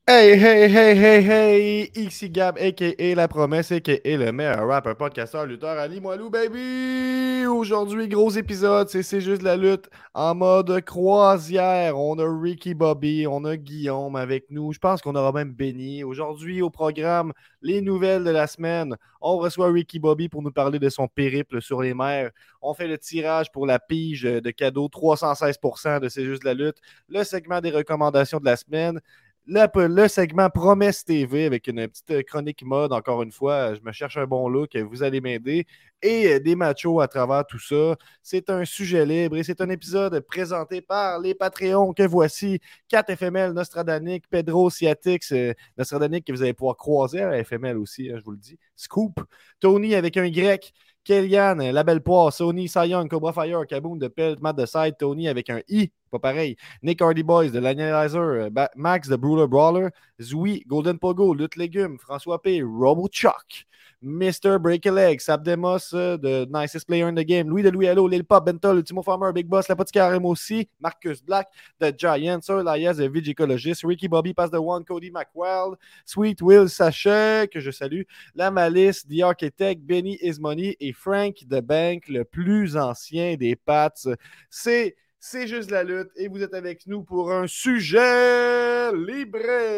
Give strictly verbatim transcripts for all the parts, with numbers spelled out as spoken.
Hey, hey, hey, hey, hey! Ici Gab, a k a. La Promesse, a k a le meilleur rapper, podcasteur, lutteur, Ali Moilou, baby! Aujourd'hui, gros épisode, c'est C'est juste la lutte en mode croisière. On a Ricky Bobby, on a Guillaume avec nous. Je pense qu'on aura même Benny. Aujourd'hui, au programme, les nouvelles de la semaine. On reçoit Ricky Bobby pour nous parler de son périple sur les mers. On fait le tirage pour la pige de cadeaux trois cent seize pour cent de C'est juste la lutte. Le segment des recommandations de la semaine. Le, le segment Promesse T V avec une petite chronique mode, encore une fois, je me cherche un bon look, vous allez m'aider. Et des machos à travers tout ça. C'est un sujet libre et c'est un épisode présenté par les Patreons que voici. quatre F M L, Nostradanic, Pedro Siatix, euh, Nostradanic que vous allez pouvoir croiser à F M L aussi, hein, je vous le dis. Scoop, Tony avec un Y, Kellyanne, La Belle Poire, Sony, Cy Young, Cobra Fire, Kaboom de Pelt, Matt de Side, Tony avec un I, pas pareil. Nick Hardy Boys de l'Analyzer, Max de Brawler Brawler, Zoui, Golden Pogo, Lutte Légumes, François P, Robo Chuck, mister Break a Leg, Sabdemos uh, de Nicest Player in the Game, Louis de Louis Hello, Lil Pop, Bentol, Ultimo Farmer, Big Boss, L'Apothicaire aussi, Marcus Black, The Giant, Sir Elias, The Vigicologist, Ricky Bobby, Pass the One, Cody McWild, Sweet Will Sachet, que je salue, La Malice, The Architect, Benny Ismoney et Frank the Bank, le plus ancien des Pats. C'est C'est juste la lutte et vous êtes avec nous pour un sujet libre.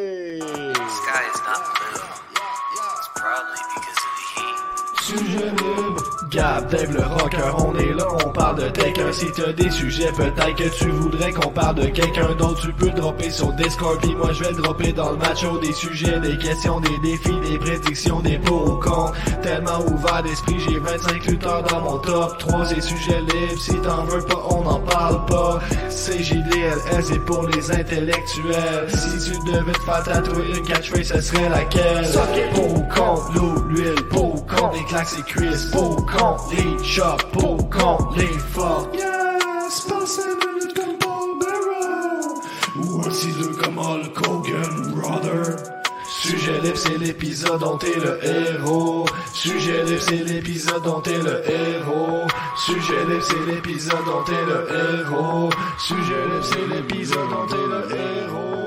Sky is not blue. It's probably because of the heat. Sujet libre, Gab, Dave le rocker, on est là, on parle de quelqu'un. Si t'as des sujets, peut-être que tu voudrais qu'on parle de quelqu'un d'autre. Tu peux le dropper sur Discord, puis moi je vais le dropper dans le match-o. Des sujets, des questions, des défis, des prédictions, des pour ou contre. Tellement ouvert d'esprit, j'ai vingt-cinq lutteurs dans mon top trois. C'est sujet libre, si t'en veux pas, on n'en parle pas. C J D L S est pour les intellectuels. Si tu devais te faire tatouer une catchphrase, ce serait laquelle? Pour ou contre l'eau, l'huile, pour ou contre les claques et cuisses, pour ou contre les chops, pour ou contre les fuck. Yes, passez une minute comme Paul Bearer, ou un ciseau comme Hulk Hogan, brother. Sujet libre, c'est l'épisode dont t'es le héros. Sujet libre, c'est l'épisode dont t'es le héros. Sujet libre, c'est l'épisode dont t'es le héros. Sujet libre, c'est l'épisode dont t'es le héros.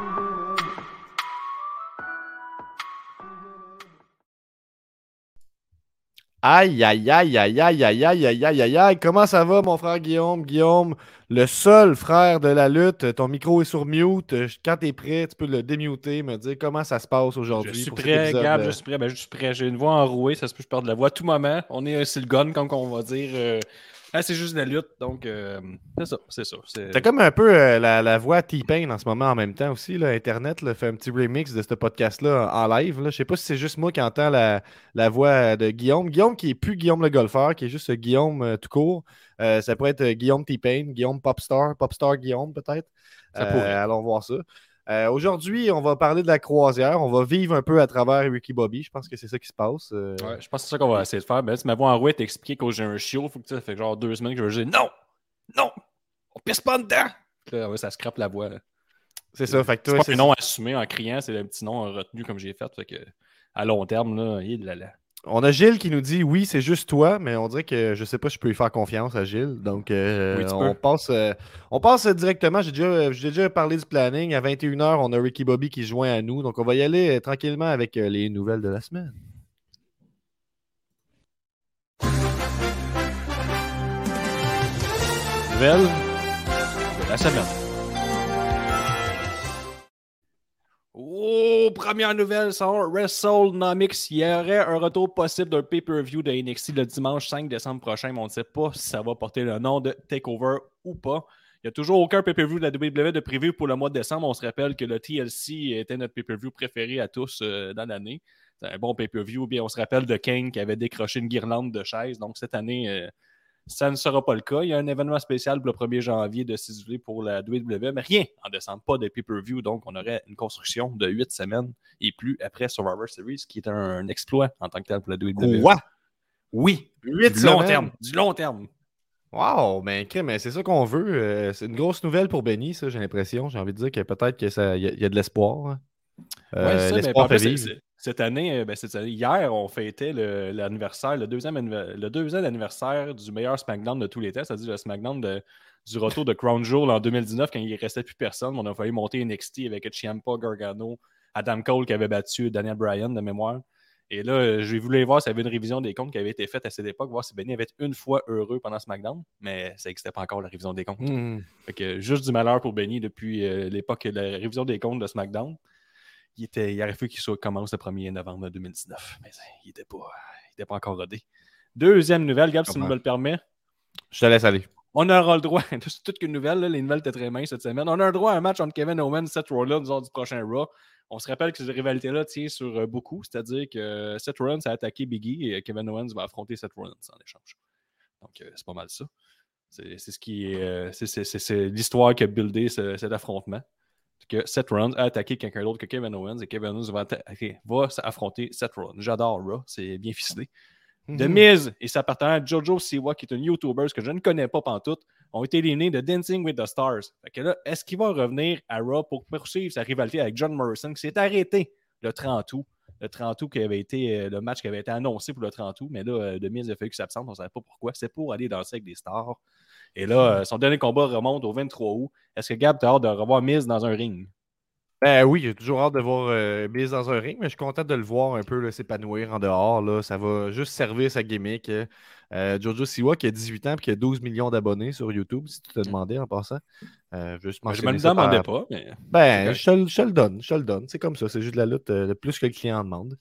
Aïe, aïe, aïe, aïe, aïe, aïe, aïe, aïe, aïe, aïe, aïe. Comment ça va, mon frère Guillaume? Guillaume, le seul frère de la lutte. Ton micro est sur mute. Quand t'es prêt, tu peux le démuter, me dire comment ça se passe aujourd'hui. Je suis pour prêt, cet épisode. Gab, je suis prêt. Ben, je suis prêt. J'ai une voix enrouée, ça se peut que je perde la voix à tout moment. On est sur le gun, comme on va dire. Euh... Ah, c'est juste de la lutte, donc euh... c'est ça, c'est ça. C'est... T'as comme un peu euh, la, la voix T-Pain en ce moment en même temps aussi. Là. Internet là, fait un petit remix de ce podcast-là en live. Là. Je sais pas si c'est juste moi qui entends la, la voix de Guillaume. Guillaume qui est plus Guillaume le golfeur, qui est juste Guillaume euh, tout court. Euh, ça pourrait être Guillaume T-Pain, Guillaume Popstar, Popstar Guillaume peut-être. Ça pourrait. Euh, allons voir ça. Euh, aujourd'hui, on va parler de la croisière. On va vivre un peu à travers Ricky Bobby. Je pense que c'est ça qui se passe. Euh... Ouais, je pense que c'est ça qu'on va essayer de faire. Ben, si ma voix enrouée t'expliquer que j'ai un chiot, faut que ça fait genre deux semaines que je veux dire non, non, on pisse pas dedans. Là, ouais, ça scrape la voix. Là. C'est ça. Fait que c'est toi, pas c'est un nom assumé en criant, c'est le petit nom retenu comme j'ai fait. Fait que à long terme, là, il là, là. On a Gilles qui nous dit oui, c'est juste toi, mais on dirait que je sais pas si je peux lui faire confiance à Gilles. Donc, euh, Oui, tu on, peux. passe, euh, on passe directement. J'ai déjà, j'ai déjà parlé du planning. À vingt et une heures, on a Ricky Bobby qui se joint à nous. Donc, on va y aller euh, tranquillement avec euh, les nouvelles de la semaine. Nouvelle de la semaine. Oh, première nouvelle, ça WrestleNomics. Il y aurait un retour possible d'un pay-per-view de N X T le dimanche cinq décembre prochain, mais on ne sait pas si ça va porter le nom de TakeOver ou pas. Il n'y a toujours aucun pay-per-view de la W W E de prévu pour le mois de décembre. On se rappelle que le T L C était notre pay-per-view préféré à tous euh, dans l'année. C'est un bon pay-per-view. Bien, on se rappelle de Kane qui avait décroché une guirlande de chaises. Donc, cette année... Euh, ça ne sera pas le cas. Il y a un événement spécial pour le premier janvier de ciselé pour la W W E, mais rien en décembre, pas de pay-per-view. Donc, on aurait une construction de huit semaines et plus après Survivor Series, qui est un exploit en tant que tel pour la W W E. Quoi? Oui, huit du long semaines? terme. Du long terme. Wow, ben, mais c'est ça qu'on veut. Euh, c'est une grosse nouvelle pour Benny, ça, j'ai l'impression. J'ai envie de dire que peut-être qu'il y, y, a de l'espoir. Hein. Euh, oui, c'est ça. l'espoir Mais fait vivre. C'est, cette année, ben, cette année, hier, on fêtait le, l'anniversaire, le deuxième, le deux ans d'anniversaire du meilleur SmackDown de tous les temps, c'est-à-dire le SmackDown de, du retour de Crown Jewel en deux mille dix-neuf quand il ne restait plus personne. On a failli monter N X T avec Ciampa, Gargano, Adam Cole qui avait battu Daniel Bryan de mémoire. Et là, j'ai voulu voir s'il y avait une révision des comptes qui avait été faite à cette époque, voir si Benny avait été une fois heureux pendant SmackDown, mais ça n'existait pas encore la révision des comptes. Mm. Fait que juste du malheur pour Benny depuis euh, l'époque de la révision des comptes de SmackDown. Il, était, il aurait fallu qu'il soit, commence le premier novembre deux mille dix-neuf, mais il n'était pas, pas encore rodé. Deuxième nouvelle, Gab, si tu me le permets. Je te laisse aller. On aura le droit, c'est toute une nouvelle, là, les nouvelles étaient très minces cette semaine. On a le droit à un match entre Kevin Owens et Seth Rollins lors du prochain Raw. On se rappelle que cette rivalité-là tient sur euh, beaucoup, c'est-à-dire que Seth Rollins a attaqué Biggie et Kevin Owens va affronter Seth Rollins en échange. Donc, euh, c'est pas mal ça. C'est, c'est, ce qui est, euh, c'est, c'est, c'est, c'est l'histoire qui a buildé ce, cet affrontement. Que Seth Rollins a attaqué quelqu'un d'autre que Kevin Owens et Kevin Owens va, atta- va affronter Seth Rollins. J'adore Raw, c'est bien ficelé. Mm-hmm. The Miz et sa partenaire Jojo Siwa, qui est une YouTuber que je ne connais pas pantoute, ont été éliminés de Dancing with the Stars. Fait que là, est-ce qu'il va revenir à Raw pour poursuivre sa rivalité avec John Morrison qui s'est arrêté le trente août? Le trente août qui avait été le match qui avait été annoncé pour le trente août, mais là, The Miz a fallu qu'il s'absente, on ne savait pas pourquoi. C'est pour aller danser avec des stars. Et là, son dernier combat remonte au vingt-trois août. Est-ce que Gab, t'as hâte de revoir Miz dans un ring? Ben oui, j'ai toujours hâte de voir euh, Miz dans un ring, mais je suis content de le voir un peu là, s'épanouir en dehors. Là. Ça va juste servir sa gimmick. Euh, Jojo Siwa qui a dix-huit ans et qui a douze millions d'abonnés sur YouTube, si tu te demandais en passant. Euh, juste ben, je me le demandais par... pas. Mais... Ben, je te, je te le donne. Je te le donne. C'est comme ça. C'est juste de la lutte euh, de plus que le client demande.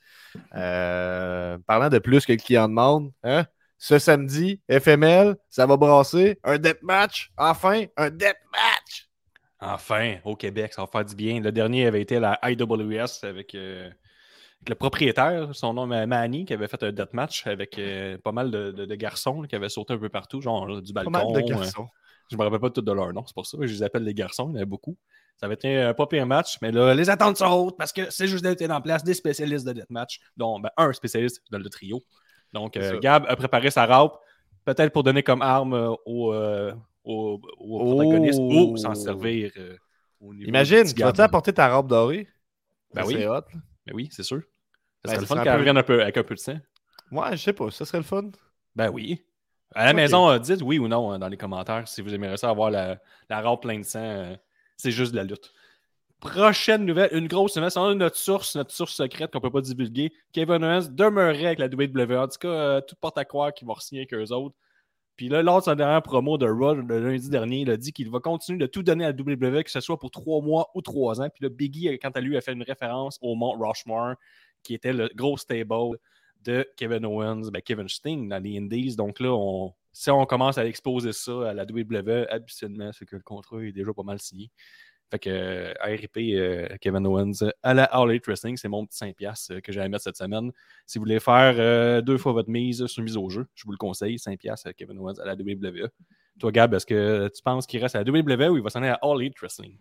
Euh, parlant de plus que le client demande, hein? Ce samedi, F M L, ça va brasser. Un deathmatch. Enfin, un deathmatch. Enfin, au Québec, ça va faire du bien. Le dernier avait été la I W S avec, euh, avec le propriétaire, son nom est Manny, qui avait fait un deathmatch avec euh, pas mal de, de, de garçons là, qui avaient sauté un peu partout, genre là, du balcon. Pas mal de garçons. Euh, je me rappelle pas tout de leur nom, c'est pour ça que je les appelle les garçons, il y en avait beaucoup. Ça avait été un pas pire match, mais là, les attentes sont hautes parce que c'est juste d'être en place des spécialistes de deathmatch, dont ben, un spécialiste dans le trio. Donc, euh, Gab a préparé sa raupe, peut-être pour donner comme arme euh, au... Euh, Au, au protagoniste oh. ou s'en servir euh, au niveau. Imagine, tu vas-tu apporter ta robe dorée? Ben oui. C'est hot. Ben oui, c'est sûr. Ça ben, serait le fun qu'elle peu... revienne un peu, avec un peu de sang. Ouais, je sais pas, ça serait le fun. Ben oui. À la okay. maison, euh, dites oui ou non hein, dans les commentaires si vous aimeriez ça avoir la, la robe pleine de sang. Euh, c'est juste de la lutte. Prochaine nouvelle, une grosse nouvelle, c'est notre source, notre source secrète qu'on ne peut pas divulguer. Kevin Owens demeurerait avec la W W E. En tout cas, euh, tout porte à croire qu'ils vont re-signer avec eux autres. Puis là, lors de sa dernière promo de Raw, le lundi dernier, il a dit qu'il va continuer de tout donner à la W W E, que ce soit pour trois mois ou trois ans. Puis là, Biggie, quant à lui, a fait une référence au Mont Rushmore, qui était le gros stable de Kevin Owens, ben Kevin Sting dans les Indies. Donc là, on, si on commence à exposer ça à la W W E, habituellement, c'est que le contrat est déjà pas mal signé. Fait que euh, R I P euh, Kevin Owens à la All Elite Wrestling, c'est mon petit cinq piastres euh, que j'allais mettre cette semaine. Si vous voulez faire euh, deux fois votre mise sur mise au jeu, je vous le conseille, cinq piastres Kevin Owens à la W W E. Toi, Gab, est-ce que tu penses qu'il reste à la W W E ou il va s'en aller à All Elite Wrestling?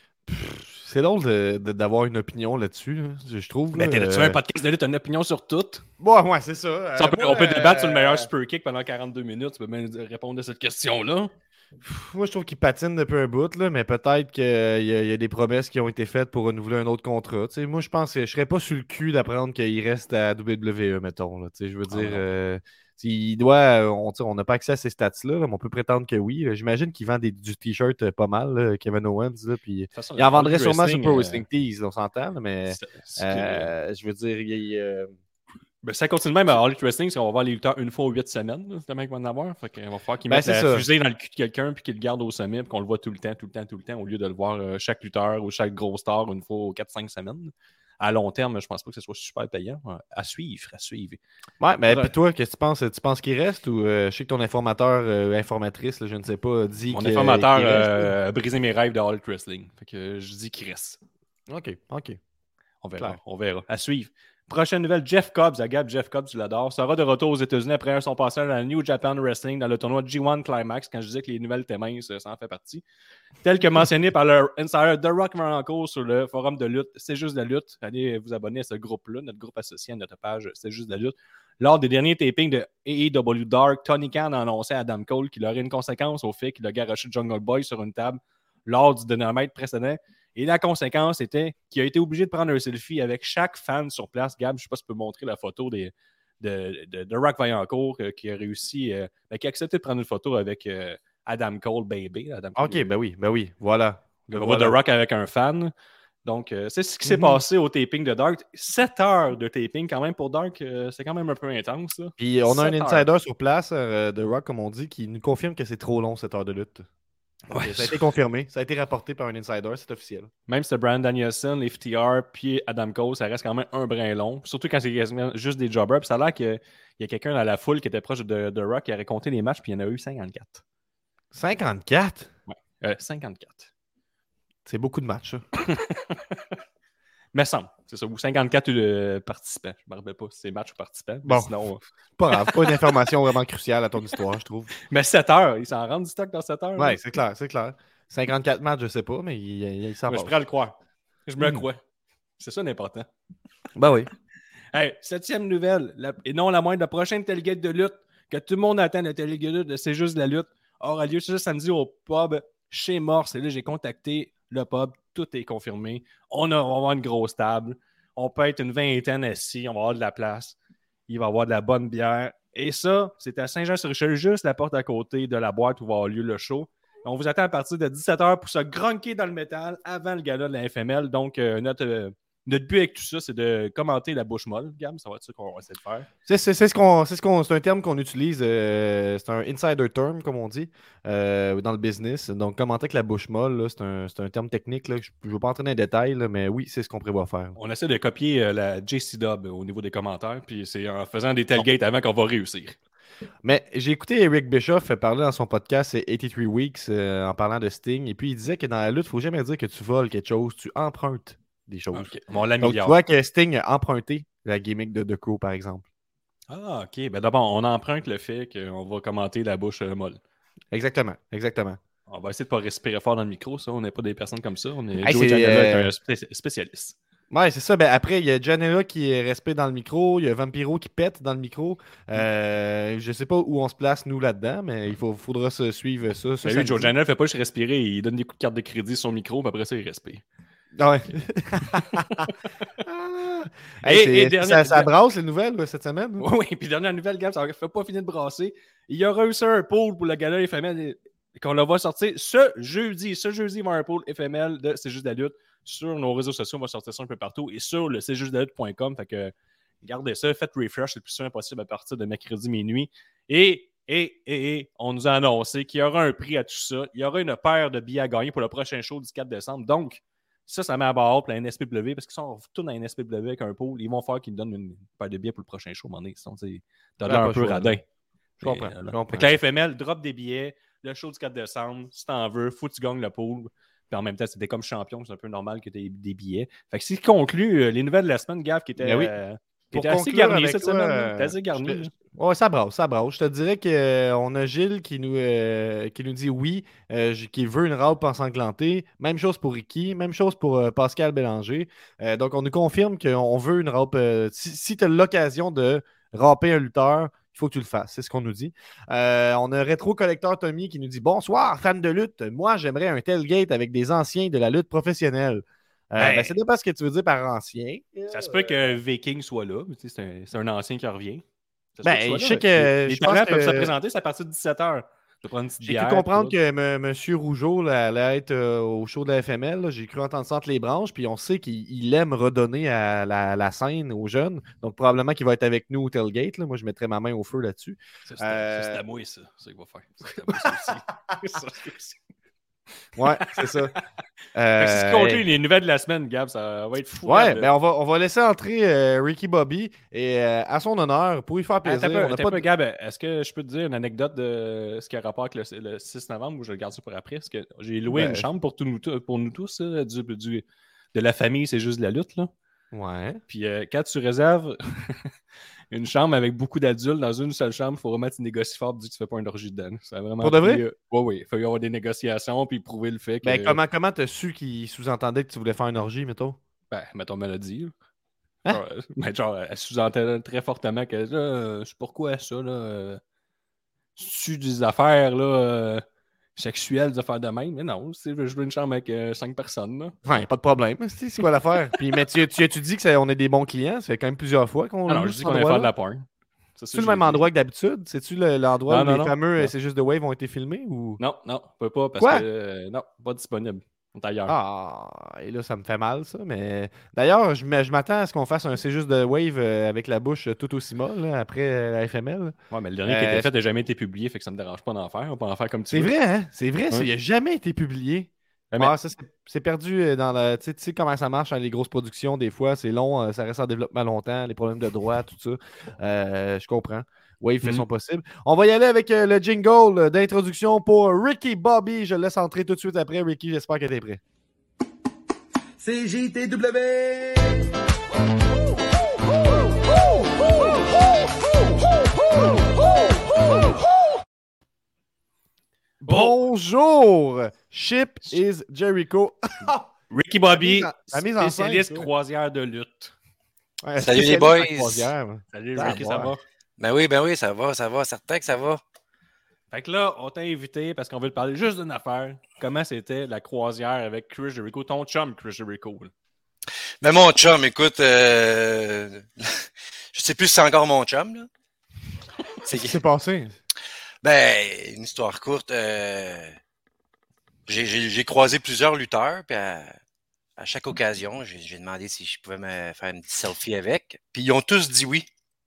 C'est drôle de, de, d'avoir une opinion là-dessus, là, je trouve. Mais ben, t'es euh... un podcast de lutte, une opinion sur tout. Ouais, ouais, c'est ça. Euh, ça on, peut, moi, on peut débattre euh... sur le meilleur super kick pendant quarante-deux minutes. Tu peux bien répondre à cette question-là. Moi, je trouve qu'il patine depuis un bout, là, mais peut-être qu'il y a, y a des promesses qui ont été faites pour renouveler un autre contrat. T'sais, moi, je pense que je serais pas sur le cul d'apprendre qu'il reste à W W E, mettons. Là, je veux dire, ah, euh, il doit, on n'a pas accès à ces stats-là, là, mais on peut prétendre que oui. Là. J'imagine qu'il vend des, du t-shirt pas mal, là, Kevin Owens. Là, puis façon, il en vendrait sûrement sur Pro Wrestling euh... Tees, on s'entend, mais c'est, c'est euh, que... je veux dire, il euh... Ben, ça continue même à All Elite Wrestling, on va voir les lutteurs une fois ou huit semaines, là, c'est le mec va en avoir. Fait qu'il va falloir qu'il ben, mette la ça. fusée dans le cul de quelqu'un puis qu'il le garde au sommet puis qu'on le voit tout le temps, tout le temps, tout le temps, au lieu de le voir euh, chaque lutteur ou chaque gros star une fois aux quatre cinq semaines. À long terme, je pense pas que ce soit super payant. À suivre, à suivre. Ouais, mais puis toi, qu'est-ce que tu penses? Tu penses qu'il reste ou euh, je sais que ton informateur, euh, informatrice, là, je ne sais pas, dit Mon qu'il informateur qu'il euh, a brisé mes rêves de All Elite Wrestling. Fait que je dis qu'il reste. OK, OK. On verra, Claire. on verra. À suivre. Prochaine nouvelle, Jeff Cobbs, Agab, Jeff Cobbs, tu l'adores, sera de retour aux États-Unis après son passage à la New Japan Wrestling dans le tournoi G un Climax. Quand je disais que les nouvelles étaient minces, ça en fait partie. Tel que mentionné par le insider The Rock Varancourt sur le forum de lutte, c'est juste de la lutte. Allez vous abonner à ce groupe-là, notre groupe associé à notre page, c'est juste de la lutte. Lors des derniers tapings de A E W Dark, Tony Khan a annoncé à Adam Cole qu'il aurait une conséquence au fait qu'il a garoché Jungle Boy sur une table lors du dynamite précédent. Et la conséquence était qu'il a été obligé de prendre un selfie avec chaque fan sur place. Gab, je ne sais pas si tu peux montrer la photo des, de, de, de Rock Vaillancourt euh, qui a réussi, euh, ben, qui a accepté de prendre une photo avec euh, Adam Cole, baby. Adam OK, Cole, ben oui, ben oui, voilà. on voit voilà. The Rock avec un fan. Donc, euh, c'est ce qui s'est Mm-hmm. passé au taping de Dark. sept heures de taping, quand même, pour Dark, euh, c'est quand même un peu intense. Là. Puis on a un sept insider heures. sur place euh, de Rock, comme on dit, qui nous confirme que c'est trop long, cette heure de lutte. Ouais, ça a été confirmé, ça a été rapporté par un insider, c'est officiel. Même si c'est Bryan Danielson, F T R, puis Adam Cole, ça reste quand même un brin long. Surtout quand c'est juste des jobbers. Puis ça a l'air qu'il y a quelqu'un dans la foule qui était proche de, de Rock qui a raconté les matchs, puis il y en a eu cinquante-quatre. cinquante-quatre? Ouais, euh, cinquante-quatre. C'est beaucoup de matchs, ça. Mais semble, c'est ça. Ou cinquante-quatre euh, participants. Je ne me rappelle pas si c'est match ou participants. Bon, sinon, euh... pas grave. Pas une information vraiment cruciale à ton histoire, je trouve. Mais sept heures, ils s'en rendent du stock dans sept heures. Ouais, c'est clair, c'est clair. cinquante-quatre matchs, je sais pas, mais il, il, il s'en Je passe. pourrais le croire. Je me le Mm. crois. C'est ça l'important. Ben oui. Hey, septième nouvelle, la... et non la moindre, la prochaine tailgate de lutte que tout le monde attend, la tailgate de lutte, c'est juste la lutte, aura lieu ce samedi au pub chez Morse. Et là, j'ai contacté le pub, tout est confirmé. On, a, on va avoir une grosse table. On peut être une vingtaine assis, on va avoir de la place. Il va y avoir de la bonne bière. Et ça, c'est à Saint-Jean-sur-Richelieu, juste la porte à côté de la boîte où va avoir lieu le show. On vous attend à partir de dix-sept heures pour se grunker dans le métal avant le gala de la F M L. Donc, euh, notre, euh, notre but avec tout ça, c'est de commenter la bouche molle. Gab, ça va être ça qu'on va essayer de faire. C'est, c'est, c'est, ce qu'on, c'est, ce qu'on, c'est un terme qu'on utilise, euh, c'est un insider term, comme on dit, euh, dans le business. Donc, commenter avec la bouche molle, là, c'est, un, c'est un terme technique. Là, je ne veux pas entrer dans les détails, là, mais oui, c'est ce qu'on prévoit faire. On essaie de copier euh, la J C Dub au niveau des commentaires, puis c'est en faisant des tailgates avant qu'on va réussir. Mais j'ai écouté Eric Bischoff parler dans son podcast eighty-three Weeks euh, en parlant de Sting, et puis il disait que dans la lutte, il ne faut jamais dire que tu voles quelque chose, tu empruntes des choses. Okay. Bon, on Donc, tu vois que Sting a emprunté la gimmick de The Crow, par exemple. Ah, OK. Ben d'abord, on emprunte le fait qu'on va commenter la bouche euh, molle. Exactement, exactement. On va essayer de ne pas respirer fort dans le micro, ça. On n'est pas des personnes comme ça. On est Hey, Joe c'est, Janela euh... est un spé- spécialiste. Ouais, c'est ça. Ben, après, il y a Janela qui est respect dans le micro. Il y a Vampiro qui pète dans le micro. Euh, je sais pas où on se place, nous, là-dedans, mais il faut, faudra se suivre ça. ça Mais lui, Joe Janela ne fait pas juste respirer. Il donne des coups de carte de crédit sur son micro, puis après ça, il respire. Ah ouais. hey, et, c'est, et dernière, ça, ça brasse les nouvelles là, cette semaine. Oui, oui. Puis dernière nouvelle, Gab, ça ne fait pas finir de brasser. Il y aura aussi un pool pour le gala F M L qu'on va sortir ce jeudi. Ce jeudi, il va y avoir un pool F M L de C'est juste de la lutte. Sur nos réseaux sociaux, on va sortir ça un peu partout. Et sur le c'est juste de la lutte point com. Fait que gardez ça, faites refresh le plus souvent possible à partir de mercredi minuit. Et, et, et, et on nous a annoncé qu'il y aura un prix à tout ça. Il y aura une paire de billets à gagner pour le prochain show du quatre décembre. Donc, ça, ça met à barre pour la N S P W parce qu'ils sont tous dans la N S P W avec un pool. Ils vont faire qu'ils nous donnent une paire de billets pour le prochain show. Sinon, t'as l'air un peu radin. Je comprends. Je comprends. Fait que la F M L drop des billets. Le show du quatre décembre, si t'en veux, faut que tu gagnes le pool. Puis en même temps, c'était comme champion, c'est un peu normal que tu aies des billets. Fait que si tu conclus euh, les nouvelles de la semaine, Gav, qui étaient, oui. euh, qui étaient assez garnies cette toi, semaine. Euh, T'es assez garni. Ouais, ça brasse, ça brasse. Je te dirais qu'on euh, a Gilles qui nous, euh, qui nous dit oui, euh, qui veut une râpe ensanglantée. Même chose pour Ricky, même chose pour euh, Pascal Bélanger. Euh, donc, on nous confirme qu'on veut une râpe. Euh, si si tu as l'occasion de râper un lutteur, il faut que tu le fasses. C'est ce qu'on nous dit. Euh, on a Rétro Collecteur Tommy qui nous dit bonsoir, fan de lutte. Moi, j'aimerais un tailgate avec des anciens de la lutte professionnelle. Euh, ben, ben, c'est pas ce que tu veux dire par ancien. Ça se peut que Viking soit là. Tu sais, c'est, un, c'est un ancien qui revient. Ben, je sais que. Les, les je pense talents que... peuvent se présenter, c'est à partir de dix-sept heures. J'ai cru comprendre que M. Monsieur Rougeau là, allait être euh, au show de la F M L. Là. J'ai cru entendre ça entre les branches. Puis on sait qu'il aime redonner à la, la scène aux jeunes. Donc probablement qu'il va être avec nous au tailgate. Là. Moi, je mettrais ma main au feu là-dessus. Ça, c'est, euh... c'est à moi, ça. C'est ça qu'il va faire. C'est à moi, ça aussi. ça aussi. Ouais, c'est ça. Euh, si tu conclus les nouvelles de la semaine, Gab, ça va être fou. Ouais, mais ben on, va, on va laisser entrer euh, Ricky Bobby et euh, à son honneur, pour lui faire plaisir. Attends, on a pas pas de... de... Gab, est-ce que je peux te dire une anecdote de ce qui a rapport avec le, le six novembre ou je le garde ça pour après? Parce que j'ai loué ben... une chambre pour, tout nous, pour nous tous, là, du, du, de la famille, c'est juste de la lutte. Là. Ouais. Puis euh, quand tu réserves une chambre avec beaucoup d'adultes dans une seule chambre, il faut vraiment que tu négocies fort pour dire que tu ne fais pas une orgie dedans. Ça vraiment pour de vrai? Oui, euh, oui. Il faut y avoir des négociations puis prouver le fait que. Ben, comment comment t'as su qu'il sous-entendait que tu voulais faire une orgie, mettons? Ben, mettons, me l'a dit. Hein? Genre, euh, ben, genre, elle sous-entendait très fortement que là, euh, c'est pourquoi ça, là. Euh, tu des affaires, là. Euh, sexuelles, des affaires de même. Mais non, je veux une chambre avec euh, cinq personnes. Là. Ouais, pas de problème. C'est, c'est quoi l'affaire? Puis, mais tu, tu, tu dis qu'on est des bons clients. Ça fait quand même plusieurs fois qu'on. Alors, je dis qu'on allait faire de la porn. C'est le même endroit que d'habitude? C'est-tu le, l'endroit non, où non, les non, fameux non. C'est juste de Wave ont été filmés? Ou... Non, non, on peut pas parce Quoi? que euh, non, pas disponible. On est ailleurs. Ah, et là, ça me fait mal, ça. Mais d'ailleurs, je m- je m'attends à ce qu'on fasse un C'est juste de Wave euh, avec la bouche euh, tout aussi molle là, après euh, la F M L. Ouais, mais le dernier qui a été Euh, fait n'a jamais été publié, fait que ça me dérange pas d'en faire. On peut en faire comme tu c'est veux. vrai, hein? C'est vrai, ça. Ouais. Il n'a jamais été publié. Jamais. Ah, ça, c'est c'est perdu euh, dans la. Tu sais tu sais comment ça marche, hein, les grosses productions, des fois, c'est long, euh, ça reste en développement longtemps, les problèmes de droit, tout ça. Euh, je comprends. Wave fait Mhm. son possible. On va y aller avec euh, le jingle euh, d'introduction pour Ricky Bobby. Je le laisse entrer tout de suite après. Ricky, j'espère que t'es prêt. C J T W! Bonjour! Ship is Jericho. Ricky La Bobby, mise en- la mise en scène, spécialiste ça. croisière de lutte. Ouais, Salut les spécialiste boys. en croisière. Salut Ah, Ricky, ça ouais. va? Ben oui, ben oui, ça va, ça va, certain que ça va. Fait que là, on t'a invité parce qu'on veut te parler juste d'une affaire. Comment c'était la croisière avec Chris Jericho, ton chum Chris Jericho. Là. Mais mon chum, écoute, euh... je sais plus si c'est encore mon chum, là. C'est... Qu'est-ce qui s'est passé? Ben, une histoire courte. Euh... J'ai, j'ai, j'ai croisé plusieurs lutteurs, puis à, à chaque occasion, j'ai, j'ai demandé si je pouvais me faire une petite selfie avec. Puis ils ont tous dit oui.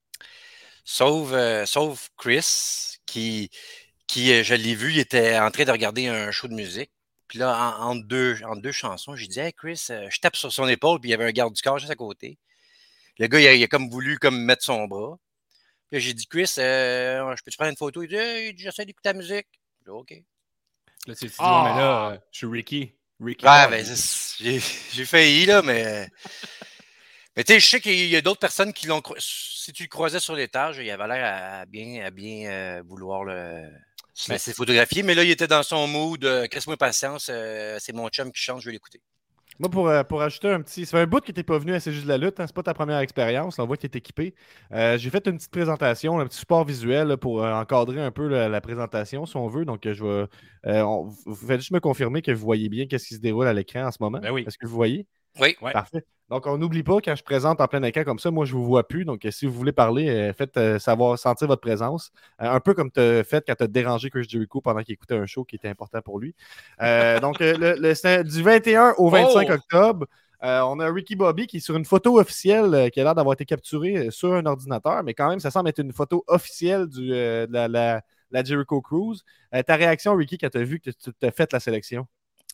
Sauf, euh, sauf Chris, qui, qui, euh, je l'ai vu, il était en train de regarder un show de musique. Puis là, en, entre, deux, entre deux chansons, j'ai dit « Hey Chris, euh, je tape sur son épaule, puis il y avait un garde du corps juste à côté. » Le gars, il a, il a comme voulu comme mettre son bras. Puis là, j'ai dit « Chris, euh, je peux te prendre une photo? » Il dit hey, « J'essaie d'écouter la musique. » J'ai dit « OK. » Là, tu te dis, Ah! ouais, mais là, euh, je suis Ricky. Ricky Ouais, Bobby. ben, c'est- j'ai, j'ai failli, là, mais... Mais tu sais, je sais qu'il y a d'autres personnes qui l'ont... cro- Si tu le croisais sur l'étage, il avait l'air à bien, à bien euh, vouloir le... se Mais- laisser photographier. Mais là, il était dans son mood. Euh, Crisse-moi patience, euh, c'est mon chum qui chante, je vais l'écouter. Moi, pour, euh, pour ajouter un petit. Ça fait un bout que tu n'es pas venu à C'est juste de la lutte. Hein, c'est pas ta première expérience. On voit que tu es équipé. Euh, j'ai fait une petite présentation, un petit support visuel là, pour euh, encadrer un peu la, la présentation, si on veut. Donc, euh, je vais. euh, on- vous faites juste me confirmer que vous voyez bien qu'est-ce qui se déroule à l'écran en ce moment. Ben oui. Est-ce que vous voyez? Oui. Ouais. Parfait. Donc, on n'oublie pas, quand je présente en plein écran comme ça, moi, je ne vous vois plus. Donc, euh, si vous voulez parler, euh, faites euh, savoir, sentir votre présence. Euh, un peu comme tu as fait quand tu as dérangé Chris Jericho pendant qu'il écoutait un show qui était important pour lui. Euh, donc, euh, le, le- c'est du vingt et un au vingt-cinq Oh! octobre, euh, on a Ricky Bobby qui est sur une photo officielle euh, qui a l'air d'avoir été capturée euh, sur un ordinateur, mais quand même, ça semble être une photo officielle du, euh, de la, la- la Jericho Cruise. Euh, ta réaction, Ricky, quand tu as vu que tu as fait la sélection?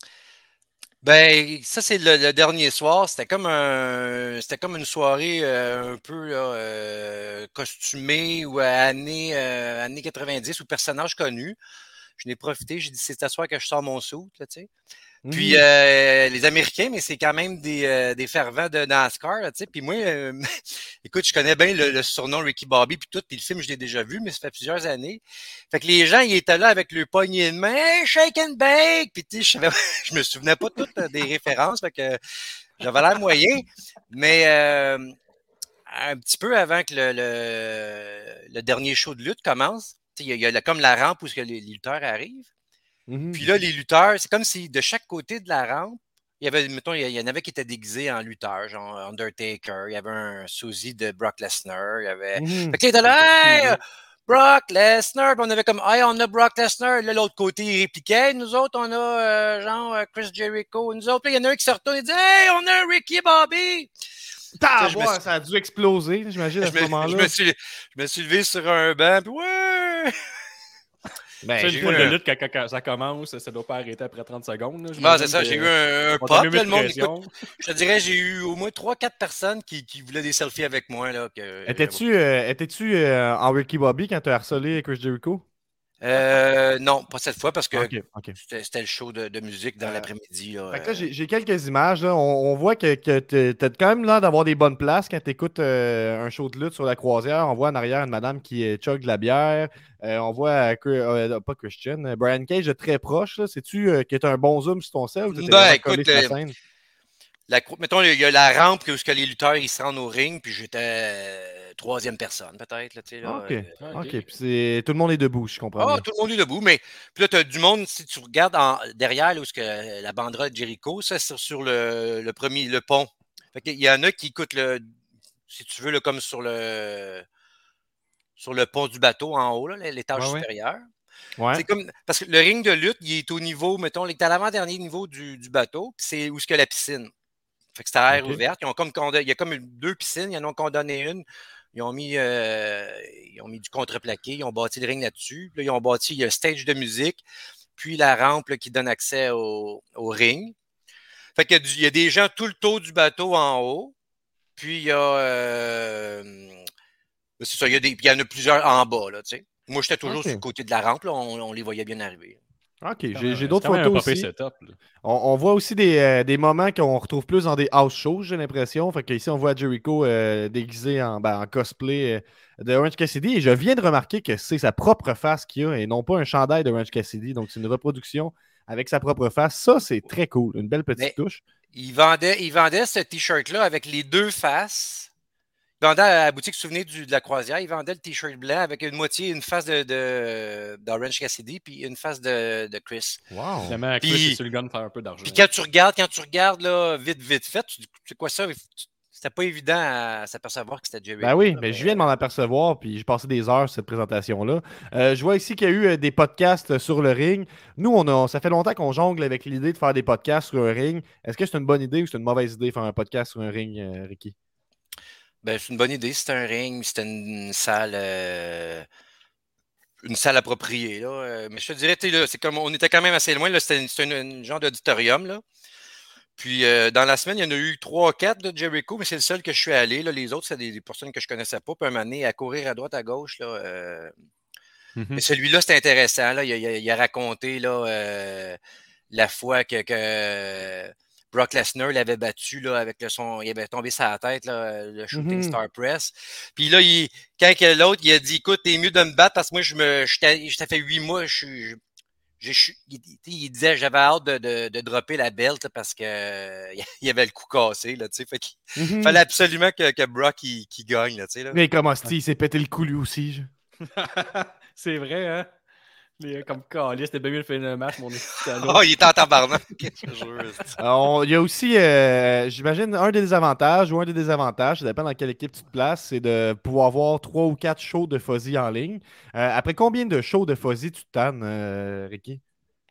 Ben, ça, c'est le, le dernier soir. C'était comme un, c'était comme une soirée euh, un peu là, euh, costumée ou à années, euh, années quatre-vingt-dix ou personnage connu. Je n'ai profité. J'ai dit, c'est à soir que je sors mon suit, là, tu sais. Puis Mhm. euh, les Américains, mais c'est quand même des, euh, des fervents de NASCAR, là, tu sais. Puis moi, euh, écoute, je connais bien le, le surnom Ricky Bobby, puis tout, puis le film, je l'ai déjà vu, mais ça fait plusieurs années. Fait que les gens, ils étaient là avec le poignet de main, hey, shake and bake, puis tu sais, je, savais- je me souvenais pas toutes euh, des références, fait que j'avais l'air moyen, mais euh, un petit peu avant que le, le, le dernier show de lutte commence, tu sais, il y a, il y a la- comme la rampe où ce que les, les lutteurs arrivent. Mhm. Puis là, les lutteurs, c'est comme si de chaque côté de la rampe, il y avait, mettons, il y en avait qui étaient déguisés en lutteurs, genre Undertaker, il y avait un sosie de Brock Lesnar, il y avait. Mhm. Fait que là, il était là, hey, Brock Lesnar, puis on avait comme, hey, on a Brock Lesnar, là, l'autre côté, il répliquait, nous autres, on a, euh, genre, euh, Chris Jericho, nous autres, là, il y en a un qui se retourne et dit, hey, on a un Ricky Bobby! Ah, je me ouais, suis- ça a dû exploser, j'imagine, à Je ce me, je, moment-là. me suis, je me suis levé sur un banc, puis ouais! Ben, C'est j'ai une eu foule de un- lutte, quand, quand- quand ça commence, ça doit pas arrêter après trente secondes. Là, Non, j'imagine c'est ça, que- j'ai eu un, un on pop, t'a mis là, de le monde, pression. écoute, je te dirais, j'ai eu au moins trois quatre personnes qui, qui voulaient des selfies avec moi. Là, que étais-tu euh, étais-tu, euh, en Ricky Bobby quand tu as harcelé Chris Jericho? euh, non, pas cette fois parce que Ok, ok. c'était, c'était le show de, de musique dans Euh, l'après-midi. Là, Fait que là, euh. j'ai j'ai quelques images. Là. On, on voit que, que tu as quand même l'air d'avoir des bonnes places quand tu écoutes un show de lutte sur la croisière. On voit en arrière une madame qui euh, chug de la bière. Euh, on voit, euh, que- euh, pas Christian, euh, Brian Cage de très proche. là. Sais-tu euh, que tu as un bon zoom sur ton sel ou tu étais Ben, vraiment écoute, collé sur la euh, scène? la, cou- mettons, il y a la rampe où ce que les lutteurs ils se rendent au ring, puis j'étais euh, troisième personne, peut-être. Là, tu sais, là, Ok, euh. ok. Puis c'est- tout le monde est debout, je comprends Ah, bien. tout le monde est debout, mais puis là, tu as du monde, si tu regardes en, derrière là, où ce que la banderole de Jericho, ça, c'est sur le, le premier, le pont. Fait qu'il y en a qui écoutent le, si tu veux, là, comme sur le sur le pont du bateau en haut, là, l'étage Ouais, ouais. supérieur. Ouais. C'est comme, parce que le ring de lutte, il est au niveau, mettons, il est à l'avant-dernier niveau du, du bateau, puis c'est où est-ce que la piscine. Fait que c'est à air Ok. ouverte. Ils ont comme condamné- il y a comme deux piscines, ils en ont condamné une. Ils ont mis, euh, ils ont mis du contreplaqué, ils ont bâti le ring là-dessus. Puis là, ils ont bâti le stage de musique, puis la rampe là, qui donne accès au, au ring. Fait qu'il y a, du- il y a des gens tout le tour du bateau en haut. Puis il y a. euh, c'est ça, il y, a des, il y en a plusieurs en bas, là, tu sais. Moi, j'étais toujours Ok. sur le côté de la rampe, là, on, on les voyait bien arriver. Ok, C'est quand j'ai même- j'ai c'est d'autres quand même un photos pas pire aussi. setup, là. On, on voit aussi des, euh, des moments qu'on retrouve plus dans des house shows, j'ai l'impression. Fait que ici, on voit Jericho euh, déguisé en, ben, en cosplay euh, de Orange Cassidy. Et je viens de remarquer que c'est sa propre face qu'il a et non pas un chandail de Orange Cassidy. Donc, c'est une reproduction avec sa propre face. Ça, c'est très cool. Une belle petite Mais touche. il vendait, il vendait ce t-shirt-là avec les deux faces. Il vendait à la boutique Souvenir du, de la Croisière, il vendait le t-shirt blanc avec une moitié, une face de, de, d'Orange Cassidy, puis une face de, de Chris. Wow. Finalement, Chris Puis- est sur le gun de faire un peu d'argent. Puis quand tu regardes, quand tu regardes là, vite, vite fait, tu dis, c'est quoi ça? C'était pas évident à s'apercevoir que c'était Jericho. Ben oui, là, mais je viens de m'en apercevoir, puis j'ai passé des heures sur cette présentation-là. Euh, je vois ici qu'il y a eu euh, des podcasts sur le ring. Nous, on a, ça fait longtemps qu'on jongle avec l'idée de faire des podcasts sur un ring. Est-ce que c'est une bonne idée ou c'est une mauvaise idée de faire un podcast sur un ring, euh, Ricky? Ben, c'est une bonne idée. C'était un ring, c'était une salle. euh, une salle appropriée. Là. Euh, Mais je te dirais, tu sais, là, c'est comme on était quand même assez loin. Là, c'était une, c'était une- une genre d'auditorium. Là. Puis euh, dans la semaine, il y en a eu trois, quatre de Jericho, mais c'est le seul que je suis allé. Là. Les autres, c'est des, des personnes que je connaissais pas. Puis un moment donné, à courir à droite, à gauche. Là, euh, Mhm. Mais celui-là, c'était intéressant. Là. Il, a, il a- il a raconté là, euh, la fois que, que Brock Lesnar l'avait battu là, avec le son. Il avait tombé sur la tête, là, le Shooting Mhm. Star Press. Puis là, il, quand que l'autre, il a dit écoute, t'es mieux de me battre parce que moi, je me. je t'ai- Ça fait huit mois, je suis. je- je suis- il, il disait j'avais hâte de, de, de dropper la belt parce que euh, il avait le cou cassé. Là, tu sais. Fait qu'il Mhm. fallait absolument que, que Brock il, qu'il gagne. Là, tu sais, là. Mais comment c'est, il s'est pété le cou lui aussi. je- C'est vrai, hein? Les, comme Calis, c'était bien mieux de faire le match, mon esti à Oh, l'autre. il était en tabarnak. Je te jure. Euh, on- Il y a aussi, euh, j'imagine, un des désavantages ou un des désavantages, ça dépend dans quelle équipe tu te places, c'est de pouvoir voir trois ou quatre shows de Fuzzy en ligne. Euh, après combien de shows de Fuzzy tu te tannes, euh, Ricky?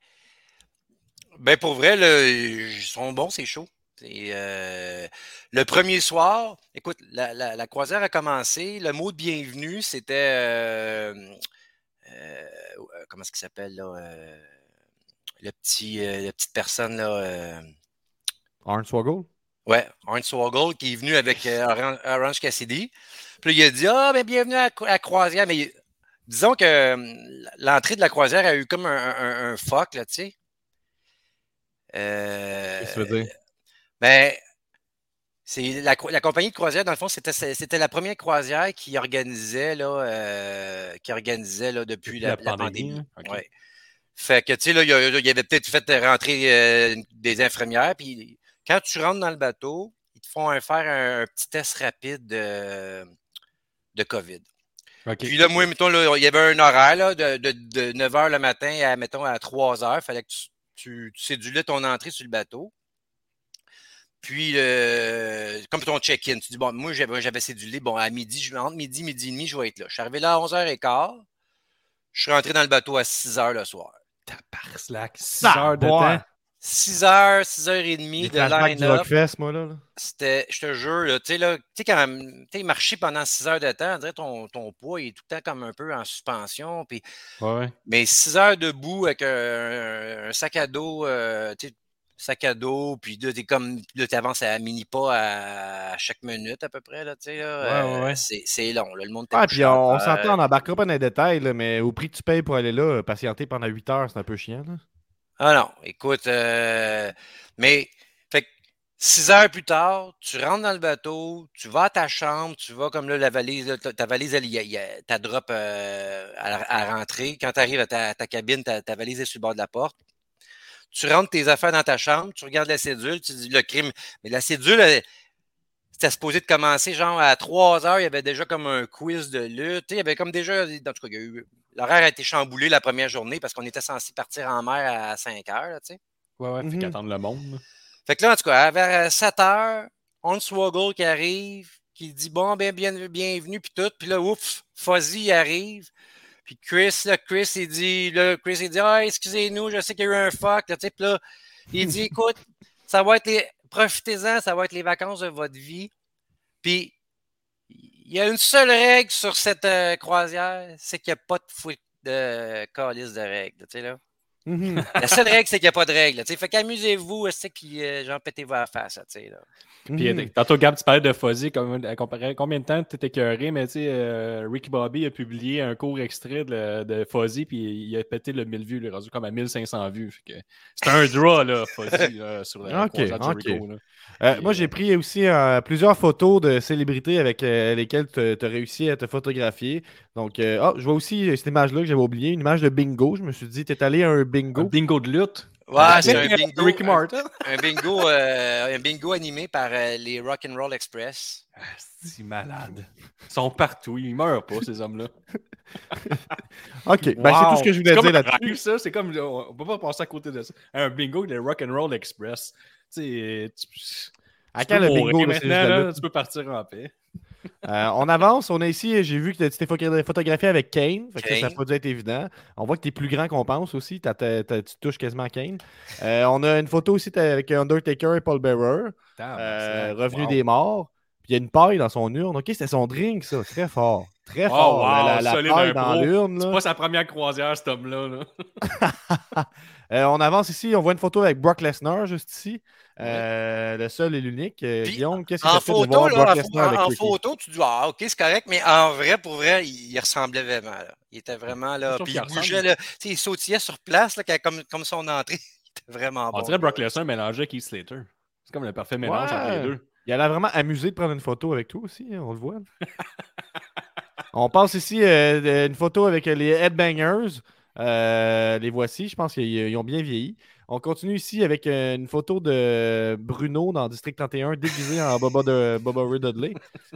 Ben pour vrai, là, ils sont bons, c'est chaud. C'est, euh, le premier soir, écoute, la, la, la croisière a commencé. Le mot de bienvenue, c'était euh, euh, comment est-ce qu'il s'appelle là, euh, le petit, euh, la petite personne là, euh, Arn Swoggle? ouais, Hornswoggle qui est venu avec euh, Orange, Orange Cassidy. Puis là, il a dit ah ben bienvenue à, la- à la croisière, mais il- disons que euh, l'entrée de la croisière a eu comme un, un, un fuck là, tu sais. Euh, Qu'est-ce que tu veux dire? ben, c'est la, cro- la compagnie de croisière, dans le fond, c'était, c'était la première croisière qui organisait, là, euh, qui organisait là, depuis, Depuis la, la la pandémie, pandémie. hein? Ok. Ouais. Fait que, tu sais, là, il, y a- il avait peut-être fait rentrer euh, des infirmières. Puis quand tu rentres dans le bateau, ils te font un- faire un, un petit test rapide de, de COVID. Ok. Puis là, moi, mettons, là, il y avait un horaire là, de, de, de neuf heures le matin à, mettons, à trois heures. Il fallait que tu, tu, tu cédulais ton entrée sur le bateau. Puis, euh, comme ton check-in, tu dis, bon, moi, j'avais, j'avais cédulé, bon, à midi, je, entre midi, midi et demi, je vais être là. Je suis arrivé là à onze heures quinze. Je suis rentré dans le bateau à six heures le soir. Par slack, six Ah, heures de boy. temps. six heures, six heures trente Des de flashbacks du line-up. Rockfest, moi, là. là. C'était, je te jure, là, tu sais, là, tu sais, quand tu sais, marcher pendant six heures de temps, on dirait ton, ton poids il est tout le temps comme un peu en suspension. Puis, Ouais, ouais. mais six heures debout avec un, un sac à dos, euh, tu sais, sac à dos, puis là, t'es comme, là, t'avances à mini pas à, à chaque minute à peu près, là, tu sais, là, Ouais, ouais, euh, ouais. c'est, c'est long, là, le monde était Ouais, couché puis à on, on terre. s'entend, on n'embarquera pas dans les détails, là, mais au prix que tu payes pour aller là, patienter pendant huit heures, c'est un peu chiant. Là. Ah non, écoute, euh, mais fait que six heures plus tard, tu rentres dans le bateau, tu vas à ta chambre, tu vas comme là, la valise, là, ta, ta valise, elle, y a- y a- ta drop euh, à, à rentrer. Quand tu arrives à ta, ta cabine, ta, ta valise est sur le bord de la porte. Tu rentres tes affaires dans ta chambre, tu regardes la cédule, tu dis le crime. Mais la cédule, elle, c'était supposé de commencer genre à trois heures, il y avait déjà comme un quiz de lutte. Tu sais, il y avait comme déjà, en tout cas, il y a eu, l'horaire a été chamboulé la première journée parce qu'on était censé partir en mer à cinq heures, là, tu sais. Ouais, ouais. Fait Mhm. qu'attendre le monde. là. Fait que là, en tout cas, vers sept heures, Hornswoggle qui arrive, qui dit bon, ben, bien, bienvenue, puis tout. Puis là, ouf, Fuzzy arrive. Puis Chris, là, Chris, il dit, là, Chris, il dit, ah, excusez-nous, je sais qu'il y a eu un fuck, là, tu sais. Puis là, il dit, écoute, ça va être les, profitez-en, ça va être les vacances de votre vie. Puis, il y a une seule règle sur cette euh, croisière, c'est qu'il n'y a pas de fou de calice de règles, tu sais, là. Mhm. La seule règle, c'est qu'il n'y a pas de règles, tu sais. Fait qu'amusez-vous, puis euh, genre, pétez-vous à la face, tu sais, là. Puis Mhm. tantôt, Gab, tu parlais de Fuzzy, comme, à comparer combien de temps tu étais écœuré, mais tu sais, euh, Ricky Bobby a publié un court extrait de, de Fuzzy, puis il a pété le mille vues, il est rendu comme à mille cinq cents vues. C'est un draw, là, Fuzzy, là, sur la Ok, croisade ok. Jericho. Là. Euh, Puis, moi, euh, j'ai pris aussi euh, plusieurs photos de célébrités avec euh, lesquelles tu as réussi à te photographier. Donc, euh, ah, je vois aussi euh, cette image-là que j'avais oubliée, une image de bingo. Je me suis dit, t'es allé à un un bingo. bingo de lutte. Ouais, Avec, c'est euh, un bingo. Ricky un, Martin. un bingo, euh, un bingo animé par euh, les Rock'n'Roll Express. Ah, c'est malade. Ils sont partout, ils meurent pas, ces hommes-là. Ok, ben, c'est tout ce que je C'est voulais comme dire un là-dessus. rêve, ça. C'est comme, on peut pas passer à côté de ça. Un bingo de Rock'n'Roll Express. Tu sais, tu, À tu quand peux le mourir bingo, là, c'est juste maintenant, la là, lutte. tu peux partir en paix. Euh, on avance, on est ici, j'ai vu que tu t'es photo- photographié avec Kane, fait que ça, ça Kane. n'a pas dû être évident. On voit que tu es plus grand qu'on pense aussi, t'as- t'as- t'as- tu touches quasiment à Kane. Euh, on a une photo aussi t'as- avec Undertaker et Paul Bearer, euh, revenu Wow. des morts. Puis il y a une paille dans son urne. Ok, c'était son drink, ça, très fort. Très Oh, fort. La, wow, la- la solide, paille un dans pro. l'urne. C'est là. pas sa première croisière, cet homme-là. Là. Euh, on avance ici, on voit une photo avec Brock Lesnar juste ici. Euh, le seul et l'unique. Euh, Puis, Guillaume, qu'est-ce que en ça fait de photo, voir là, Brock en, Lesnar avec en- en Ricky? photo, tu dis, ah, ok, c'est correct, mais en vrai, pour vrai, il, il ressemblait vraiment, là. Il était vraiment, Je là, trouve puis qu'il il bougeait, ressemble. là, tu sais, il sautillait sur place, là, comme, comme son entrée. Il était vraiment On bon. dirait le Brock gars. Lesnar mélangé avec Heath Slater. C'est comme le parfait mélange entre les Ouais. deux. Il a l'air vraiment amusé de prendre une photo avec toi aussi, hein, on le voit. On passe ici euh, de- une photo avec euh, les Headbangers. Euh, les voici, je pense qu'ils ils ont bien vieilli. On continue ici avec euh, une photo de Bruno dans District trente et un déguisé en Boba, de, Boba Ray Dudley.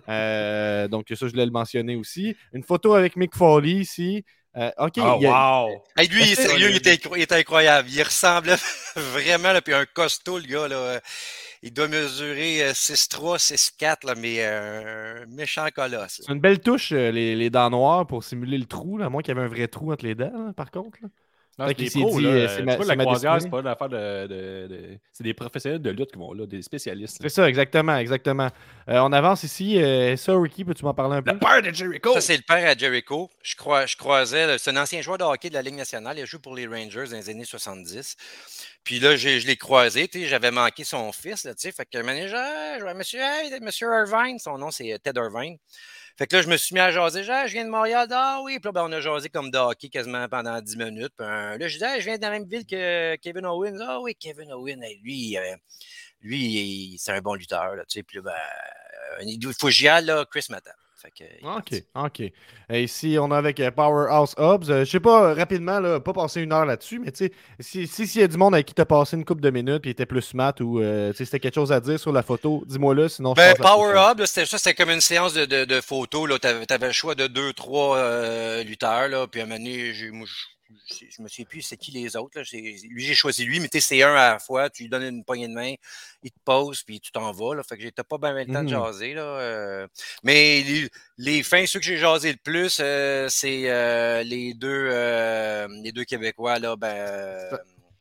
Euh, donc ça, je voulais le mentionner aussi. Une photo avec Mick Foley ici. Euh, ok, Oh, il y a- wow! Hey, lui, Est-ce que- sérieux, il était, il était incroyable. Il ressemblait vraiment, là, puis un costaud, le gars, là. Il doit mesurer euh, six trois, six quatre, là, mais euh, un méchant colosse. là. c'est une belle touche, euh, les, les dents noires pour simuler le trou, là, à moins qu'il y avait un vrai trou entre les dents, là, par contre. là. Non, Fait c'est qu'il des s'est pros, dit, là. euh, c'est Tu ma, vois, c'est la ma croisière, destinée. c'est pas une affaire de, de, de- C'est des professionnels de lutte qui vont là, des spécialistes. C'est ça, exactement, exactement. Euh, on avance ici. Euh, ça, Ricky, peux-tu m'en parler un peu? Le père de Jericho! Ça, c'est le père à Jericho. Je, crois, je croisais, là, c'est un ancien joueur de hockey de la Ligue nationale. Il a joué pour les Rangers dans les années soixante-dix. Puis là, j'ai- je l'ai croisé, tu sais, j'avais manqué son fils, là, tu sais. Fait que, manager, ah, je vois, monsieur, hey, monsieur Irvine, son nom, c'est Ted Irvine. Fait que là, je me suis mis à jaser. Genre, je viens de Montréal. Ah oui. Puis là, ben, on a jasé comme de hockey quasiment pendant dix minutes. Puis, euh, là, je disais, hey, je viens de la même ville que Kevin Owens. Ah oui, Kevin Owens. Hey, lui, euh, lui il- c'est un bon lutteur. Là, tu sais. Puis là, ben, il faut que j'y aille, là, Chris m'attend. Fait que, il est Ok, parti. ok. Et ici, on est avec euh, Powerhouse Hobbs. Euh, je sais pas, euh, rapidement, là, pas passer une heure là-dessus, mais tu sais, si si- s'il y a du monde avec qui t'as passé une couple de minutes puis était plus mat ou euh, tu sais, c'était quelque chose à dire sur la photo, dis-moi là, sinon je Ben, passe à Power autre chose. Up, là, c'était ça, c'était comme une séance de, de, de photos. Tu avais le choix de deux, trois euh, lutteurs. Là, puis à un moment donné, j'ai- moi, je, je, je me souviens plus c'est qui les autres. Là. J'ai- Lui, j'ai choisi lui, mais tu sais, c'est un à la fois. Tu lui donnes une poignée de main, il te pose, puis tu t'en vas. Là. Fait que j'étais pas bien le temps de Mhm. jaser. Là, euh. Mais les, les fins, ceux que j'ai jasé le plus, euh, c'est euh, les deux euh, les deux Québécois. Là, ben, euh,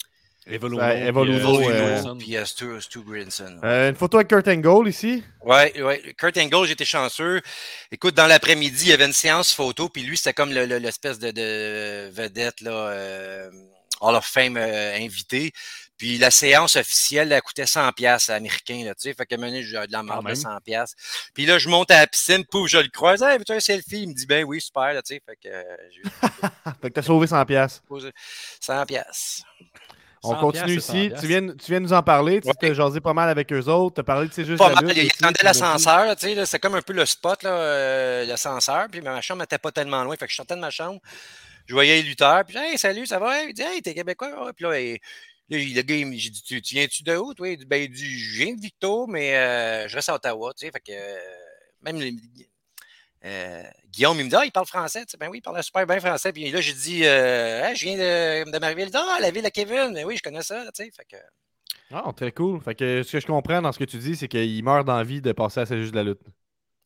Evil Ça, Uno, Evil puis, Uno, Stu euh, Grayson. puis euh, Stu, Stu Grinson. ouais. Euh, une photo avec Kurt Angle ici. Ouais, ouais. Kurt Angle, j'étais chanceux. Écoute, dans l'après-midi, il y avait une séance photo, puis lui, c'était comme le- le- l'espèce de, de vedette, là, euh, Hall of Fame euh, invité. Puis la séance officielle, elle coûtait cent piastres américains, là, tu sais. Fait qu'à un moment donné, j'ai de la marde de même. cent piastres. Puis là, je monte à la piscine, pouf, je le croise. Hey, veux-tu un selfie? Il me dit, ben oui, super, là, tu sais. Fait que euh, j'ai Fait que t'as sauvé cent piastres. posé cent piastres. On cent continue piastres, c'est ici. cent Tu viens, tu viens nous en parler. Tu Ouais. t'as jasé pas mal avec eux autres. T'as parlé de c'est juste Pas la mal. lutte. Il aussi, attendait puis aussi. l'ascenseur, là, tu sais, là, c'est comme un peu le spot, là, euh, l'ascenseur. Puis ma chambre n'était pas tellement loin. Fait que je sortais de ma chambre, je voyais les lutteurs. Puis, hey, salut, ça va? Il dit, hey, t'es Québécois? Ouais. Puis là, et- là, il- le gars, il- j'ai dit, tu, tu viens-tu de où? Toi? Il dit, ben, il dit, je viens de Victo, mais euh, je reste à Ottawa, tu sais. Fait que euh, même les- euh, Guillaume, il me dit, ah, il parle français. Tu sais, ben oui, il parle super bien français. Puis là, j'ai dit, euh, Hey, je viens de, de ma ville. Ah, la ville de Kevin. Ben oui, je connais ça, tu sais. Fait que. Ah, très cool. Fait que ce que je comprends dans ce que tu dis, c'est qu'il meurt d'envie de passer à C'est juste de la lutte.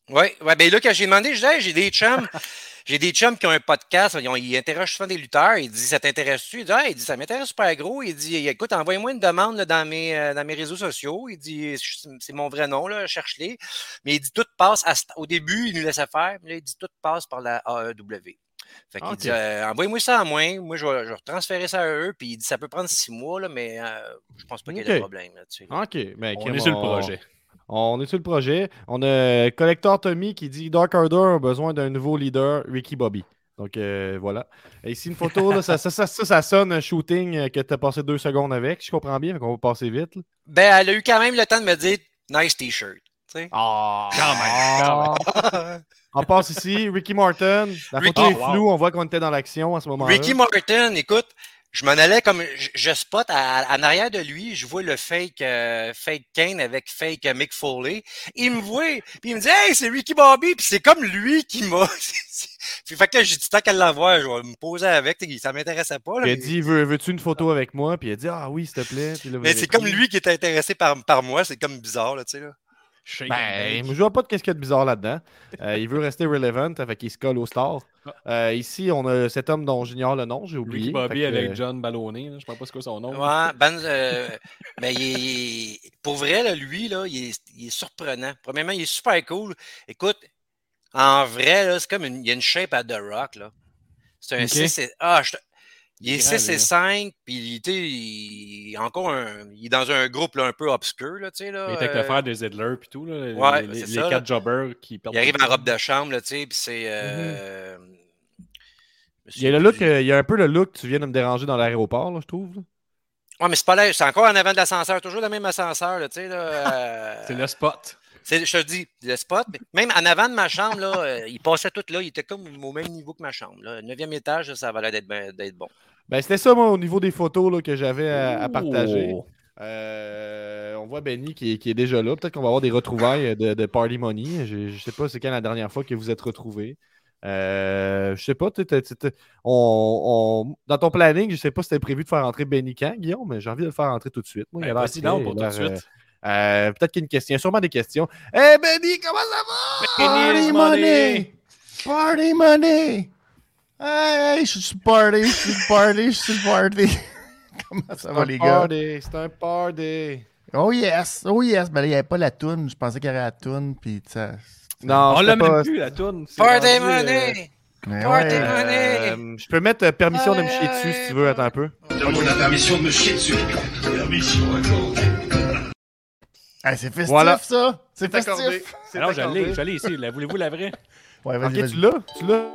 Oui, ouais, ben là, quand j'ai demandé, je disais, hey, j'ai des chums. J'ai des chums qui ont un podcast, ils, ont, ils interrogent souvent des lutteurs. Il dit, ça t'intéresse-tu? Il dit, ah, il dit, ça m'intéresse super gros. Il dit, écoute, envoie-moi une demande là, dans, mes, euh, dans mes réseaux sociaux. Il dit, c'est mon vrai nom, là, cherche-les. Mais il dit, tout passe, à, au début, il nous laissait faire. Mais là, il dit, tout passe par la A E W. Fait qu'il okay. dit, euh, envoyez-moi ça à moi. Moi, je vais, je vais transférer ça à eux. Puis il dit, ça peut prendre six mois, là, mais euh, je pense pas qu'il y ait de problème là-dessus. Là. OK. Ben, on est sur le projet. On est sur le projet. On a Collector Tommy qui dit Dark Order a besoin d'un nouveau leader, Ricky Bobby. Donc euh, voilà. Et ici, une photo, là, ça, ça, ça, ça, ça sonne un shooting que tu as passé deux secondes avec. Je comprends bien, qu'on va passer vite. Là. Ben, elle a eu quand même le temps de me dire nice t-shirt. Ah, oh, quand même. Quand même. On passe ici, Ricky Martin. La photo Ricky, est floue, oh, wow. On voit qu'on était dans l'action à ce moment-là. Ricky Martin, écoute. Je m'en allais comme je, je spot à, en arrière de lui, je vois le fake euh, fake Kane avec fake euh, Mick Foley. Il me voit, puis il me dit hey, c'est Ricky Bobby, puis c'est comme lui qui m'a. Fait que là, j'ai dit tant qu'à l'envoyer, je vais me poser avec, ça m'intéressait pas. Là, il mais... a dit veux, veux-tu une photo avec moi? Puis il a dit ah oui, s'il te plaît. Puis là, mais c'est comme lui qui est intéressé par, par moi, c'est comme bizarre, là, tu sais là. Ben, je vois pas de qu'est-ce qu'il y a de bizarre là-dedans. Euh, il veut rester relevant, fait qu'il se colle au star. Euh, ici, on a cet homme dont j'ignore le nom, j'ai oublié. Ricky Bobby que... avec John Balloney, là, je ne sais pas ce que son nom. Ouais, ben, euh, ben il est... pour vrai, là, lui, là, il est, il est surprenant. Premièrement, il est super cool. Écoute, en vrai, là, c'est comme une... il y a une shape à The Rock. Là. C'est un okay. six et... Ah, je... Il est six et cinq, puis il est encore un, il est dans un groupe là, un peu obscur. Là, tu sais, là, il était avec euh... le frère des Zedler puis tout, là, ouais, les, les, ça, les quatre jobbers qui perdent. Il arrive en robe de chambre, là, tu sais, puis c'est... Euh... Mm-hmm. Il y a le look, euh, il y a un peu le look que tu viens de me déranger dans l'aéroport, là, je trouve. Là. Ouais, mais c'est pas là, c'est encore en avant de l'ascenseur, toujours le même ascenseur, là, tu sais, là. Euh... c'est le spot. C'est, je te dis, le spot, même en avant de ma chambre, là, euh, il passait tout là, il était comme au même niveau que ma chambre. Là. Neuvième étage, ça valait d'être, d'être bon. Ben, c'était ça, moi, au niveau des photos là, que j'avais à, à partager. Euh, on voit Benny qui, qui est déjà là. Peut-être qu'on va avoir des retrouvailles de, de Party Money. Je ne sais pas c'est quand la dernière fois que vous êtes retrouvés. Euh, je sais pas, t'es, t'es, t'es, on, on, dans ton planning, je sais pas si c'était prévu de faire entrer Benny quand, Guillaume, mais j'ai envie de le faire entrer tout de suite. Moi, ben, il a vas-y donc pour tout de suite. Euh, Euh, peut-être qu'il y a une question. Il y a sûrement des questions. Hey Benny, comment ça va? Party money! Party money! Hey, je suis party, je suis party, je suis party. Comment ça va, les gars? C'est un party. Oh yes, oh yes. Ben là, il n'y avait pas la toune. Je pensais qu'il y avait la toune. Puis ça. Non, on l'a pas... même plus, la toune. Party money! Euh... Party ouais. money! Euh, je peux mettre permission de me chier dessus si tu veux. Attends un peu. Donne-moi la permission de me chier dessus. Permission accordée. Hey, c'est festif, voilà. ça! C'est, c'est festif! Accordé. C'est Alors, j'allais, j'allais ici. La, voulez-vous la vraie? Ouais, vas-y, ok, vas-y. tu l'as? Tu l'as?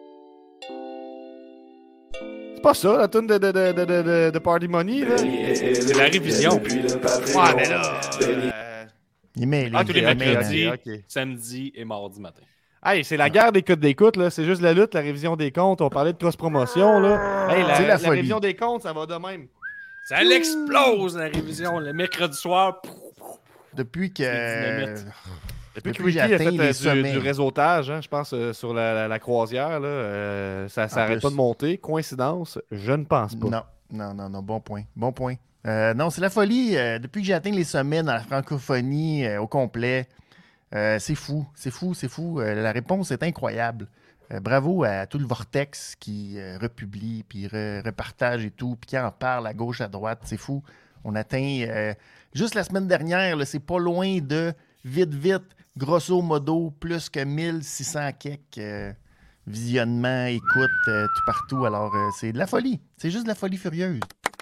C'est pas ça, la tune de, de, de, de, de, de Party Money, là? C'est la révision. Ouais, mais là... Euh... Il met les ah, tous les mercredis, okay, okay. samedi et mardi matin. Hey, c'est la guerre des codes d'écoute, là. C'est juste la lutte, la révision des comptes. On parlait de cross-promotion, là. Hey, la, c'est la, la folie. révision des comptes, ça va de même. Ça l'explose, la révision. Le mercredi soir... Depuis que... Depuis que Ricky a fait euh, du, du réseautage, hein, je pense, euh, sur la, la, la croisière, là, euh, ça n'arrête pas de monter. Coïncidence? Je ne pense pas. Non, non, non, non. Bon point. Bon point. Euh, non, c'est la folie. Euh, depuis que j'ai atteint les sommets dans la francophonie euh, au complet, euh, c'est fou, c'est fou, c'est fou. Euh, la réponse est incroyable. Euh, bravo à tout le Vortex qui euh, republie, puis re- repartage et tout, puis qui en parle à gauche, à droite. C'est fou. On atteint... Euh, juste la semaine dernière, là, c'est pas loin de... Vite, vite, grosso modo, plus que mille six cents quelques euh, visionnements, écoutes, euh, tout partout. Alors, euh, c'est de la folie. C'est juste de la folie furieuse.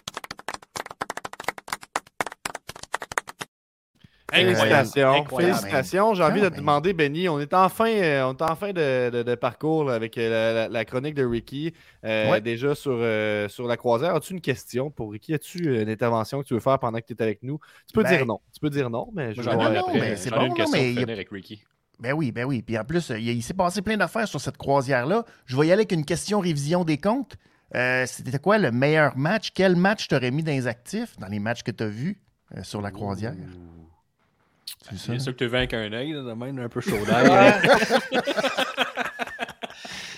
Félicitations. Incroyable. Félicitations. J'ai envie de te demander, Benny, on est en fin, euh, on est en fin de, de, de parcours là, avec euh, la, la, la chronique de Ricky. Euh, ouais. Déjà sur, euh, sur la croisière. As-tu une question pour Ricky? As-tu une intervention que tu veux faire pendant que tu es avec nous? Tu peux ben, dire non. Tu peux dire non, mais je vais non, non, après, mais c'est j'en ai bon, une question mais pour il... finir avec Ricky. Ben oui, ben oui. Puis en plus, il, il s'est passé plein d'affaires sur cette croisière-là. Je vais y aller avec une question révision des comptes. Euh, c'était quoi le meilleur match? Quel match t'aurais mis dans les actifs, dans les matchs que tu as vus euh, sur la croisière? C'est, c'est sûr que tu es vu avec un œil, de même un peu chaud d'air.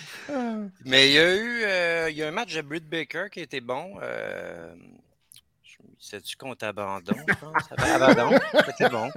Mais il y a eu euh, il y a un match de Britt Baker qui était bon. Euh, je sais-tu qu'on t'abandonne, je pense? Abandon, c'était bon.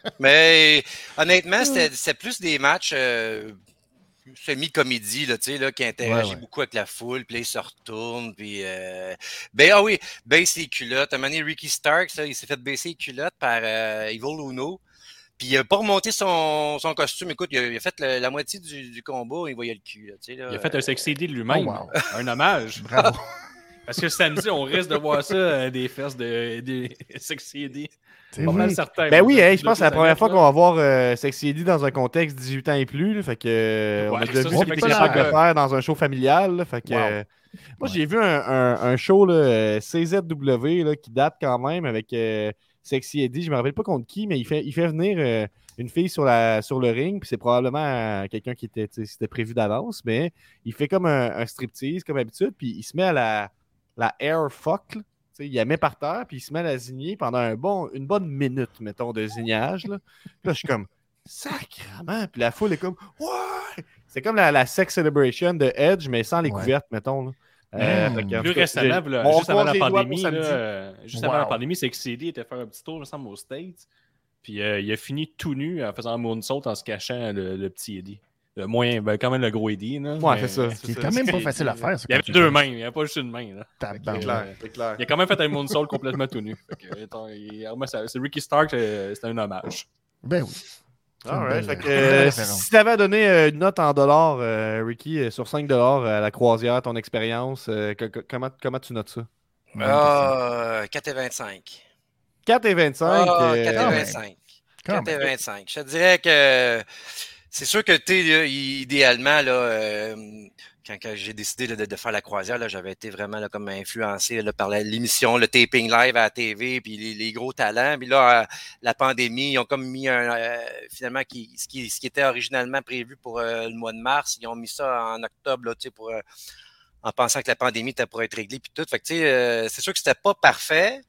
Mais honnêtement, c'était, c'était plus des matchs euh, semi-comédie, là, tu sais, là, qui interagit Ouais, ouais. beaucoup avec la foule, puis là, il se retourne, puis... Euh... Ben, ah oui, baisse les culottes. À un moment donné, Ricky Starks, là, il s'est fait baisser les culottes par euh, Evil Uno. Puis il n'a pas remonté son, son costume. Écoute, il a, il a fait le- la moitié du, du combat, il voyait le cul. Là, tu sais, là, Il a fait un sexy D de lui-même. Oh, wow. Un hommage. Bravo. Parce que samedi, on risque de voir ça, euh, des fesses de des sexy D. C'est Pas vrai. mal certain. Ben là. oui, hey, je De pense que c'est la plus à première mettre, fois là. qu'on va voir euh, Sexy Eddie dans un contexte dix-huit ans et plus. Là, fait que, euh, on Ouais, a déjà ça, vu c'est ce qu'il était excellent. capable de faire dans un show familial. Là, fait que, Wow. euh, moi, Ouais. j'ai vu un, un, un show là, euh, C Z W là, qui date quand même avec euh, Sexy Eddie. Je ne me rappelle pas contre qui, mais il fait, il fait venir euh, une fille sur, la, sur le ring. Puis c'est probablement euh, quelqu'un qui était, tu sais, c'était prévu d'avance. Mais il fait comme un, un striptease, comme d'habitude. Puis il se met à la, la air fuck. Là. Tu sais, il la met par terre, puis il se met à la zigner pendant un bon, une bonne minute, mettons, de zignage. Là, Puis là je suis comme, sacrement. Puis la foule est comme, ouais! C'est comme la, la sex celebration de Edge, mais sans les Ouais. couvertes, mettons. Là. Euh, Mm. fait que, en Plus tout cas, récemment, j'ai- là, on juste avant croise la les doigts pour pandémie, là, samedi. euh, juste avant la Wow. pandémie, c'est que C D était faire un petit tour, il me semble, aux States. Puis euh, il a fini tout nu en faisant un moonsault en se cachant le, le petit Eddie. Le moins, ben, quand même le gros Eddie. Là, Ouais, mais- c'est ça. C'est c'est quand ça. même pas c'est- facile à faire. Ça, Il y avait quand tu deux penses. mains, il n'y avait pas juste une main. Là. Tabarnak. C'est clair, c'est clair. Il a quand même fait un moonsault complètement tout nu. Fait que, attends, il- vraiment, ça- c'est Ricky Stark, euh, c'était un hommage. Ben oui. C'est une Alright, belle- fait que, une belle euh, référence. si tu avais donné euh, une note en dollars, euh, Ricky, euh, sur cinq dollars à la croisière, ton expérience, euh, que- que- comment, comment tu notes ça? Bonne question. Ah, quatre et vingt-cinq. quatre et vingt-cinq. Ah, euh, quatre quand et même. vingt-cinq. Quand quatre et même. vingt-cinq. Je te dirais que c'est sûr que tu sais, idéalement, là, euh, quand, quand j'ai décidé là, de, de faire la croisière, là, j'avais été vraiment là, comme influencé là, par la- l'émission, le taping live à la T V, puis les, les gros talents. Puis là, euh, la pandémie, ils ont comme mis un, euh, finalement qui, ce, qui, ce qui était originalement prévu pour euh, le mois de mars, ils ont mis ça en octobre là, tu sais, pour, euh, en pensant que la pandémie était pour être réglée. Puis tout. Fait que, tu sais, euh, c'est sûr que c'était pas parfait,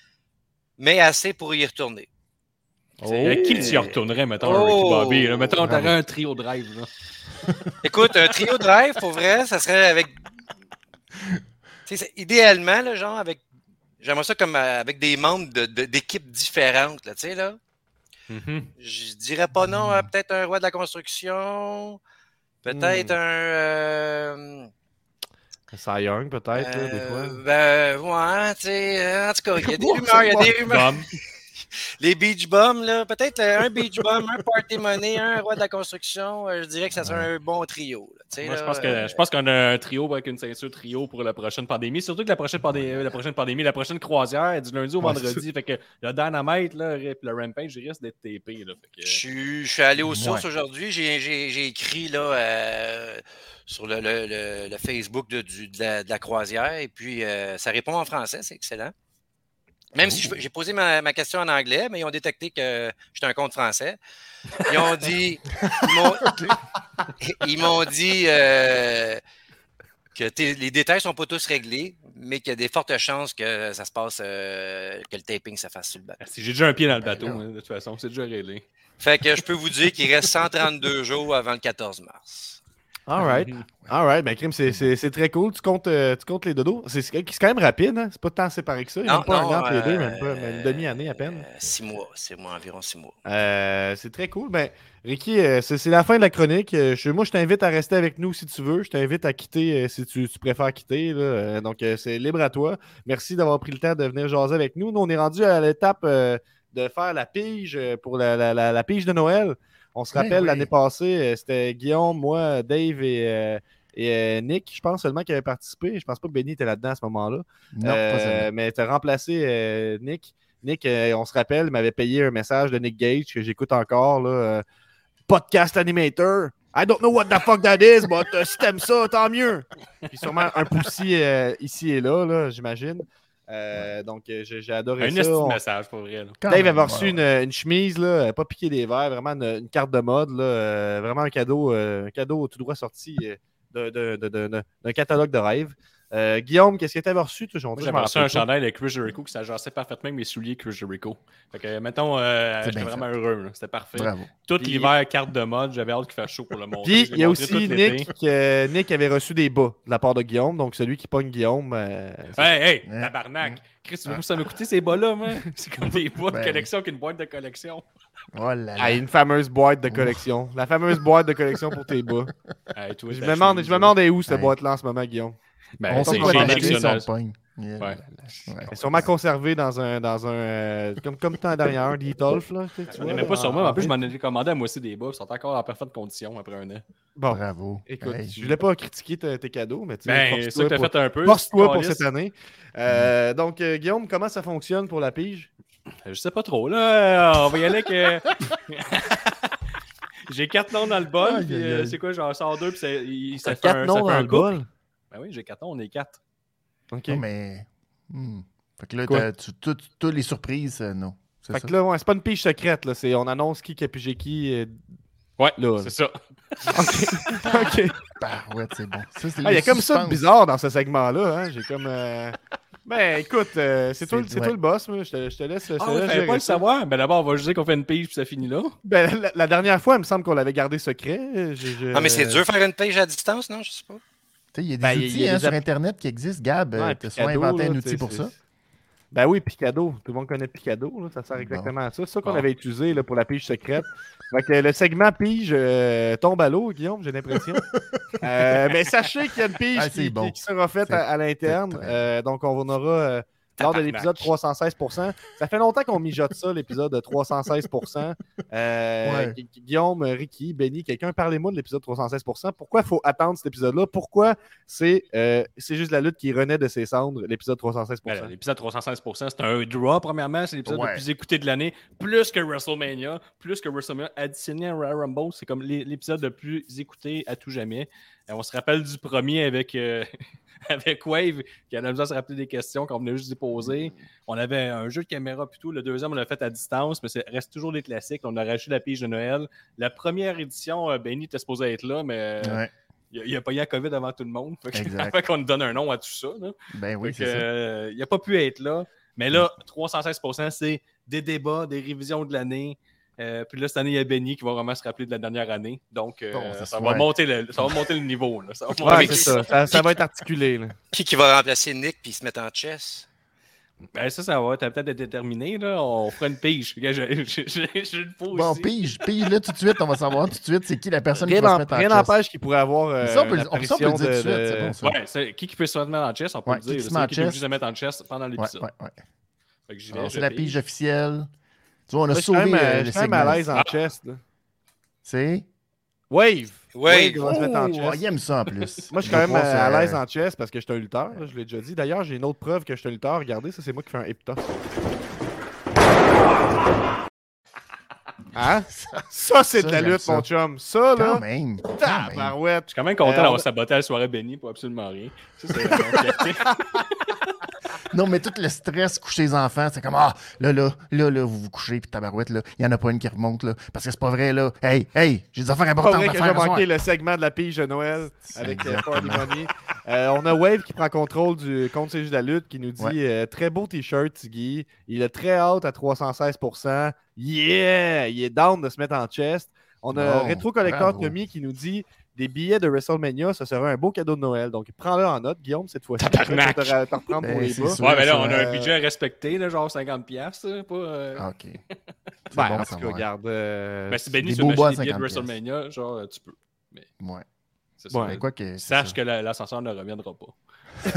mais assez pour y retourner. C'est- À qui tu y retournerais, mettons, un Oh! Ricky Bobby? Là? Mettons, Bravo. t'aurais un trio drive. Là. Écoute, un trio drive, pour vrai, ça serait avec. Tu sais, c'est- idéalement, là, genre, avec. J'aimerais ça comme euh, avec des membres de, de- d'équipes différentes, là, tu sais, là. Mhm. Je dirais pas non à peut-être un roi de la construction, peut-être Hmm. un. euh, Cy Young, peut-être, là, des fois. euh, ben, ouais, tu sais, euh, en tout cas, il y a des Ouais, rumeurs, il y a des ouais. rumeurs. Bum. Les Beach Bums, là, peut-être euh, un Beach Bum, un Party Money, un roi de la construction, euh, je dirais que ça serait un bon trio, là, tu sais, Moi, je là, pense, que, euh, je pense qu'on a un trio avec une ceinture trio pour la prochaine pandémie. Surtout que la prochaine pandémie, la prochaine, pandémie, la prochaine croisière est du lundi au Ouais, vendredi. Fait que le Dynamite, là, le Rampage, il risque d'être T P. Là, fait que, Je suis, je suis allé aux sources Ouais. aujourd'hui. J'ai, j'ai, j'ai écrit là, euh, sur le, le, le, le Facebook de, du, de, la, de la croisière. Et puis, euh, ça répond en français. C'est excellent. Même si je- j'ai posé ma, ma question en anglais, mais ils ont détecté que j'étais un compte français. Ils ont dit. Ils m'ont, ils m'ont dit euh, que t'es- les détails sont pas tous réglés, mais qu'il y a des fortes chances que ça se passe, euh, que le taping se fasse sur le bateau. si j'ai déjà un pied dans le bateau, Ben là. hein, de toute façon, c'est déjà réglé. Fait que je peux vous dire qu'il reste cent trente-deux jours avant le quatorze mars. All right. All right. Ben, Crime, c'est, c'est, c'est très cool. Tu comptes, euh, tu comptes les dodos. C'est, c'est c'est quand même rapide, hein? C'est pas tant séparé que ça. Il n'y a Non, même pas non, un an entre les deux, euh, même pas mais une demi-année à peine. Euh, six mois, six mois, environ six mois. Euh, c'est très cool. Ben, Ricky, euh, c'est, c'est la fin de la chronique. Euh, je- moi, je t'invite à rester avec nous si tu veux. Je t'invite à quitter euh, si tu, tu préfères quitter. Là. Euh, donc, euh, c'est libre à toi. Merci d'avoir pris le temps de venir jaser avec nous. Nous, on est rendu à l'étape euh, de faire la pige euh, pour la, la, la, la pige de Noël. On se Ben rappelle, oui. l'année passée, euh, c'était Guillaume, moi, Dave et, euh, et euh, Nick, je pense seulement, qui avaient participé. Je pense pas que Benny était là-dedans à ce moment-là. Non, Euh, pas celle-là. mais tu as remplacé euh, Nick. Nick, euh, on se rappelle, m'avait payé un message de Nick Gage que j'écoute encore. Là, euh, podcast animator. I don't know what the fuck that is, but euh, si t'aimes ça, tant mieux. Puis sûrement un poussi euh, ici et là, là j'imagine. Euh, donc, euh, j'ai, j'ai adoré Un ça. esti de On- message, pour vrai. Là. Quand Dave même, avait reçu ouais, une, une chemise, là, euh, pas piqué des verres, vraiment une, une carte de mode, là, euh, vraiment un cadeau, euh, un cadeau tout droit sorti euh, de- de- de- de- de- d'un catalogue de rêve. Euh, Guillaume, qu'est-ce que tu avais reçu toujours? Moi, j'avais reçu un chandail de Chris Jericho qui s'agençait parfaitement avec mes souliers Chris Jericho. Fait que, mettons, euh, j'étais vraiment fait. heureux. Là. C'était parfait. Bravo. Tout Puis... l'hiver, carte de mode. J'avais hâte qu'il fasse chaud pour le montrer. Puis, il y a aussi Nick, euh, Nick avait reçu des bas de la part de Guillaume. Donc, celui qui pogne Guillaume. Euh, hey, hey, ouais. Tabarnak. Ouais. Chris, tu veux ça m'a coûté ces bas-là, man? C'est comme des boîtes ben... de collection qu'une boîte de collection. Oh là là. Ah, une fameuse boîte de collection. Ouf. La fameuse boîte de collection pour tes bas. Hey, toi, je, me demande, je me demande où cette hey. boîte-là en ce moment, Guillaume. Ben, on sait pas la pogne. Yeah. Ouais. Ouais. C'est sûrement conservé dans un. Dans un euh, comme comme temps derrière, d'Etolf. Je n'en ai pas sur moi. En plus, je m'en ai commandé à moi aussi des bas. Ils sont encore en parfaite condition après un an. Bon. Bravo. Écoute, hey. je voulais pas critiquer tes cadeaux, mais tu ben, c'est ça que tu as fait un peu. Force-toi pour cette année. Euh, mm. Donc, euh, Guillaume, comment ça fonctionne pour la pige? Je sais pas trop. Là, on va y aller avec. J'ai quatre noms dans le bol. Ah, puis, euh, c'est quoi, j'en sors deux. Puis ça, il, ça fait quatre un, noms ça fait dans un le bol? Ben oui, j'ai quatre noms, on est quatre. OK. Non, mais. Hmm. Fait que là, toutes les surprises, euh, non. Fait ça? que là, ouais, c'est pas une pige secrète. Là. C'est, on annonce qui qui a pigé qui. Euh, ouais, là, c'est ça. OK. OK. Bah ouais, c'est bon. Il ah, y a comme ça de bizarre dans ce segment-là. Hein? J'ai comme. Euh... Ben écoute, euh, c'est, toi, c'est ouais. toi le boss. Moi. Je, te, je te laisse. Je te ah, laisse ouais, gérer pas le ça. savoir. Ben d'abord, on va juste dire qu'on fait une pige puis ça finit là. Ben la, la dernière fois, il me semble qu'on l'avait gardé secret. Je, je... Ah, mais c'est dur de faire une pige à distance, non? Je sais pas. Il y a des ben, outils y a hein, des sur app... Internet qui existent, Gab. Ouais, tu as souvent inventé un outil pour c'est... ça. Ben oui, Picado. Tout le monde connaît Picado. Là. Ça sert exactement bon. à ça. C'est ça qu'on bon. avait utilisé là, pour la pige secrète. Fait que le segment pige euh, tombe à l'eau, Guillaume, j'ai l'impression. euh, mais sachez qu'il y a une pige ah, qui, bon. qui, qui sera faite à, à l'interne. Euh, donc, on en aura euh, lors de l'épisode trois cent seize pour cent. Ça fait longtemps qu'on mijote ça, l'épisode de trois cent seize pour cent. Euh, ouais. Guillaume, Ricky, Benny, quelqu'un, parlez-moi de l'épisode trois cent seize pour cent. Pourquoi il faut attendre cet épisode-là? Pourquoi c'est, euh, c'est juste la lutte qui renaît de ses cendres, l'épisode trois cent seize pour cent? Ben, l'épisode trois cent seize pour cent, c'est un draw, premièrement. C'est l'épisode ouais. le plus écouté de l'année. Plus que WrestleMania. Plus que WrestleMania additionné à Royal Rumble. C'est comme l'épisode le plus écouté à tout jamais. Et on se rappelle du premier avec... Euh... avec Wave, qui a la misère à se rappeler des questions qu'on venait juste d'y poser. On avait un jeu de caméra plutôt. Le deuxième, on l'a fait à distance, mais ça reste toujours des classiques. On a rajouté la pige de Noël. La première édition, Benny était supposé être là, mais ouais. il n'a pas eu la COVID avant tout le monde. Fait, que, fait qu'on nous donne un nom à tout ça. Là. Ben oui, fait c'est que, ça. Euh, il n'a pas pu être là. Mais là, trois cent seize pour cent, c'est des débats, des révisions de l'année. Euh, puis là, cette année, il y a Benny qui va vraiment se rappeler de la dernière année. Donc, euh, bon, ça, va monter le, ça va monter le niveau. Là. Ça va, ouais, c'est ça. Ça, ça va être articulé. Là. Qui, qui va remplacer Nick puis se mettre en chess? Ben ça, ça va. T'as peut-être être déterminé. Là. On fera une pige. Je, je, je, je, je le pose bon, aussi. pige. Pige, là, tout de suite. On va savoir tout de suite c'est qui la personne rien qui va se mettre en chess. Rien n'empêche qu'il pourrait avoir euh, ça, on peut, une apparition on peut le dire tout de suite. C'est bon, ça. Ouais, c'est, qui qui peut se mettre en chess, on peut ouais, le dire. Qui c'est qui qui peut juste se mettre en chess pendant l'épisode. Ouais, ouais, ouais. Fait que j'y vais, Alors, je c'est la pige officielle. Tu vois, on a là, sauvé je euh, le segment. Je suis même à l'aise en ah. chest. Là. C'est Wave. Wave. Wave se mettre en oh, il aime ça en plus. Moi, je suis quand même à l'aise en chess parce que je suis un lutteur. Là, je l'ai déjà dit. D'ailleurs, j'ai une autre preuve que je suis un lutteur. Regardez, ça, c'est moi qui fais un hip toss. Hein? Ça, c'est ça, de la lutte, ça. Mon chum. Ça, là. Quand même. Tabarouette. Je suis quand même content euh, d'avoir on... saboté la soirée Benny pour absolument rien. Ça, c'est non, mais tout le stress, coucher les enfants, c'est comme ah, là, là, là, là, vous vous couchez, puis tabarouette, là, il n'y en a pas une qui remonte, là. Parce que c'est pas vrai, là. Hey, hey, j'ai des affaires importantes à faire. C'est pas vrai que j'ai manqué le segment de la pige de Noël avec euh, Party Money. Euh, on a Wave qui prend contrôle du compte C'est juste la lutte, qui nous dit ouais. euh, très beau t-shirt, Tiggy. Il est très haut à trois cent seize pour cent. Yeah! Il est down de se mettre en chest. On a oh, Retro Collector Tommy qui nous dit des billets de WrestleMania, ça serait un beau cadeau de Noël. Donc, prends-le en note, Guillaume, cette fois-ci. Tu vas te reprendre ben, pour les bas. Ouais, mais là, on a un budget à respecter, là, genre cinquante dollars. Pas, euh... OK. Ben, bon, en tout cas, regarde. Euh... Ben, si Benny se met des billets de WrestleMania, genre, tu peux. Mais... Ouais. C'est ça. Ouais, quoi que, sache ça. que la, l'ascenseur ne reviendra pas.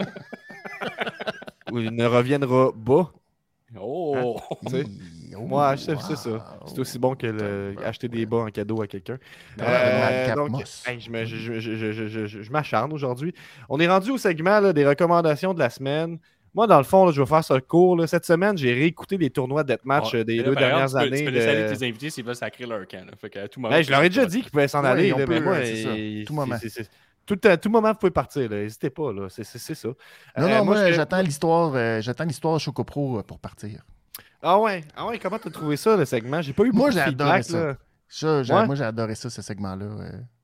Ou il ne reviendra pas. Oh! Hein? Oh moi, c'est, wow. c'est ça. C'est aussi bon que le, acheter des bas en cadeau à quelqu'un. Euh, donc, hey, je, me, je, je, je, je, je, je m'acharne aujourd'hui. On est rendu au segment là, des recommandations de la semaine. Moi, dans le fond, là, je vais faire ça court. Là. Cette semaine, j'ai réécouté les tournois de deathmatch oh, des deux dernières tu peux, années. Tu peux de... laisser aller tes invités s'ils veulent sacrer leur camp. Fait que à tout moment, hey, je leur ai déjà dit qu'ils pouvaient s'en ouais, aller. Là, peut, mais moi, c'est ça. Et, tout moment. C'est, c'est, c'est, tout, à tout moment, vous pouvez partir. N'hésitez pas. Là. C'est, c'est, c'est ça. Non, euh, non, moi, moi j'attends, l'histoire, euh, j'attends l'histoire Chocopro pour partir. Ah ouais, ah ouais, comment t'as trouvé ça, le segment? J'ai pas eu beaucoup moi, de j'ai feedback. Adoré ça. Là. Ça, j'ai, ouais? Moi, j'ai adoré ça, ce segment-là. Euh,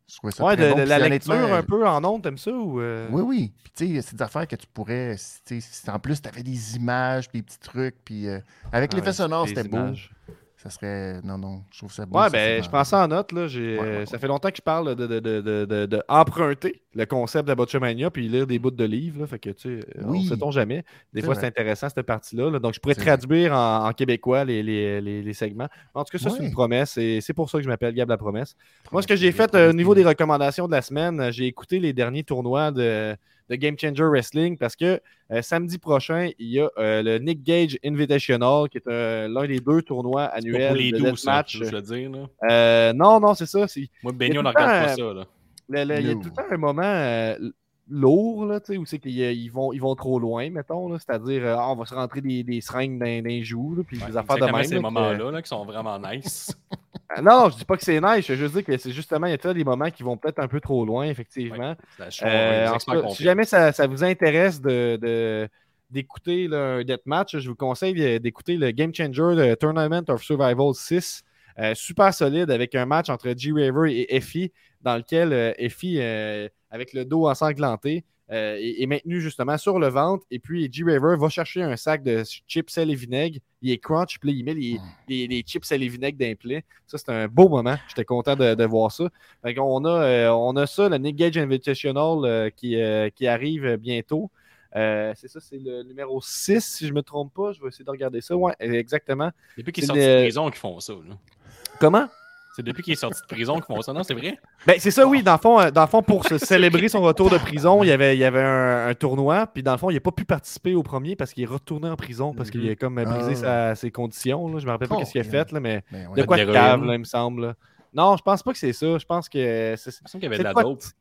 Je trouvais ça Ouais, très de, bon. de Puis la honnêtement, lecture un peu en ondes, t'aimes ça? Ou, euh... Oui, oui. Puis tu sais, c'est des affaires que tu pourrais. Tu sais, si en plus, tu avais des images, puis des petits trucs, puis euh, avec Ah l'effet ouais, sonore, des c'était beau. images. Ça serait. Non, non, je trouve ça beau. Ouais, ça, ben, c'est je prends ça en note. Là. J'ai, Ouais, ouais, ouais. Ça fait longtemps que je parle de, de, de, de, de, de emprunter le concept de la Botchamania puis lire des bouts de livres. Là. Fait que, tu sais, on Oui. ne sait-on jamais. Des C'est fois, vrai. c'est intéressant, cette partie-là. là. Donc, je pourrais C'est traduire en, en québécois les, les, les, les segments. En tout cas, ça, c'est Ouais. une promesse. Et c'est pour ça que je m'appelle Gab la promesse. Moi, ce que Promesse j'ai T V, fait euh, au promesse niveau T V. des recommandations de la semaine, euh, j'ai écouté les derniers tournois de, de Game Changer Wrestling parce que euh, samedi prochain, il y a euh, le Nick Gage Invitational qui est euh, l'un des deux tournois C'est pas annuels pour les de doux, ça, deathmatch. je veux te dire. Là. Euh, non, non, c'est ça. c'est- Moi, Il y a Benny, tout on le ne regarde temps, pas euh, ça. Là. le- le- il y a No. tout le temps un moment euh, lourd, là, tu sais, où c'est qu'ils euh, ils vont, ils vont trop loin, mettons. là. C'est-à-dire, euh, ah, on va se rentrer des, des seringues dans, dans les joues, là, puis Ouais, des affaires de exactement même. ces là, que- moments-là là, qui sont vraiment nice. Ah, non, non, je dis pas que c'est nice. Je veux juste dire que c'est justement, il y a peut-être des moments qui vont peut-être un peu trop loin, effectivement. Ouais, c'est la chose, Euh, les en tout experts cas, confirment. si jamais ça, ça vous intéresse de, de- d'écouter là, un deathmatch, je vous conseille euh, d'écouter le Game Changer de Tournament of Survival six. Euh, super solide avec un match entre G-Raver et Effie, dans lequel euh, Effie, euh, avec le dos ensanglanté, euh, est, est maintenu justement sur le ventre. Et puis G-Raver va chercher un sac de chips, sel et vinaigre. Il est crunch, puis là, il met les, les, les chips, sel et vinaigre d'un plat. Ça, c'est un beau moment. J'étais content de, de voir ça. Fait qu'on a, euh, on a ça, le Nick Gage Invitational euh, qui, euh, qui arrive bientôt. Euh, c'est ça, c'est le numéro six, si je ne me trompe pas. Je vais essayer de regarder ça. Ouais, exactement. Depuis qu'il est c'est sorti le- de prison qu'ils font ça. Là. Comment? C'est depuis qu'il est sorti de prison qu'ils font ça. Non, c'est vrai? Ben, c'est ça, oui. Dans le fond, euh, dans le fond pour se célébrer son retour de prison, il y avait, il y avait un, un tournoi. Puis dans le fond, il n'a pas pu participer au premier parce qu'il est retourné en prison parce qu'il a comme euh, brisé Ah. sa- ses conditions. Là. Je me rappelle pas Oh, ce qu'il a bien. fait, là, mais Ben, ouais. de quoi de de l'héroïne. cave, là, il me semble. là. Non, je pense pas que c'est ça. Je pense que c'est, Il me semble qu'il y avait c'est de la quoi- dope.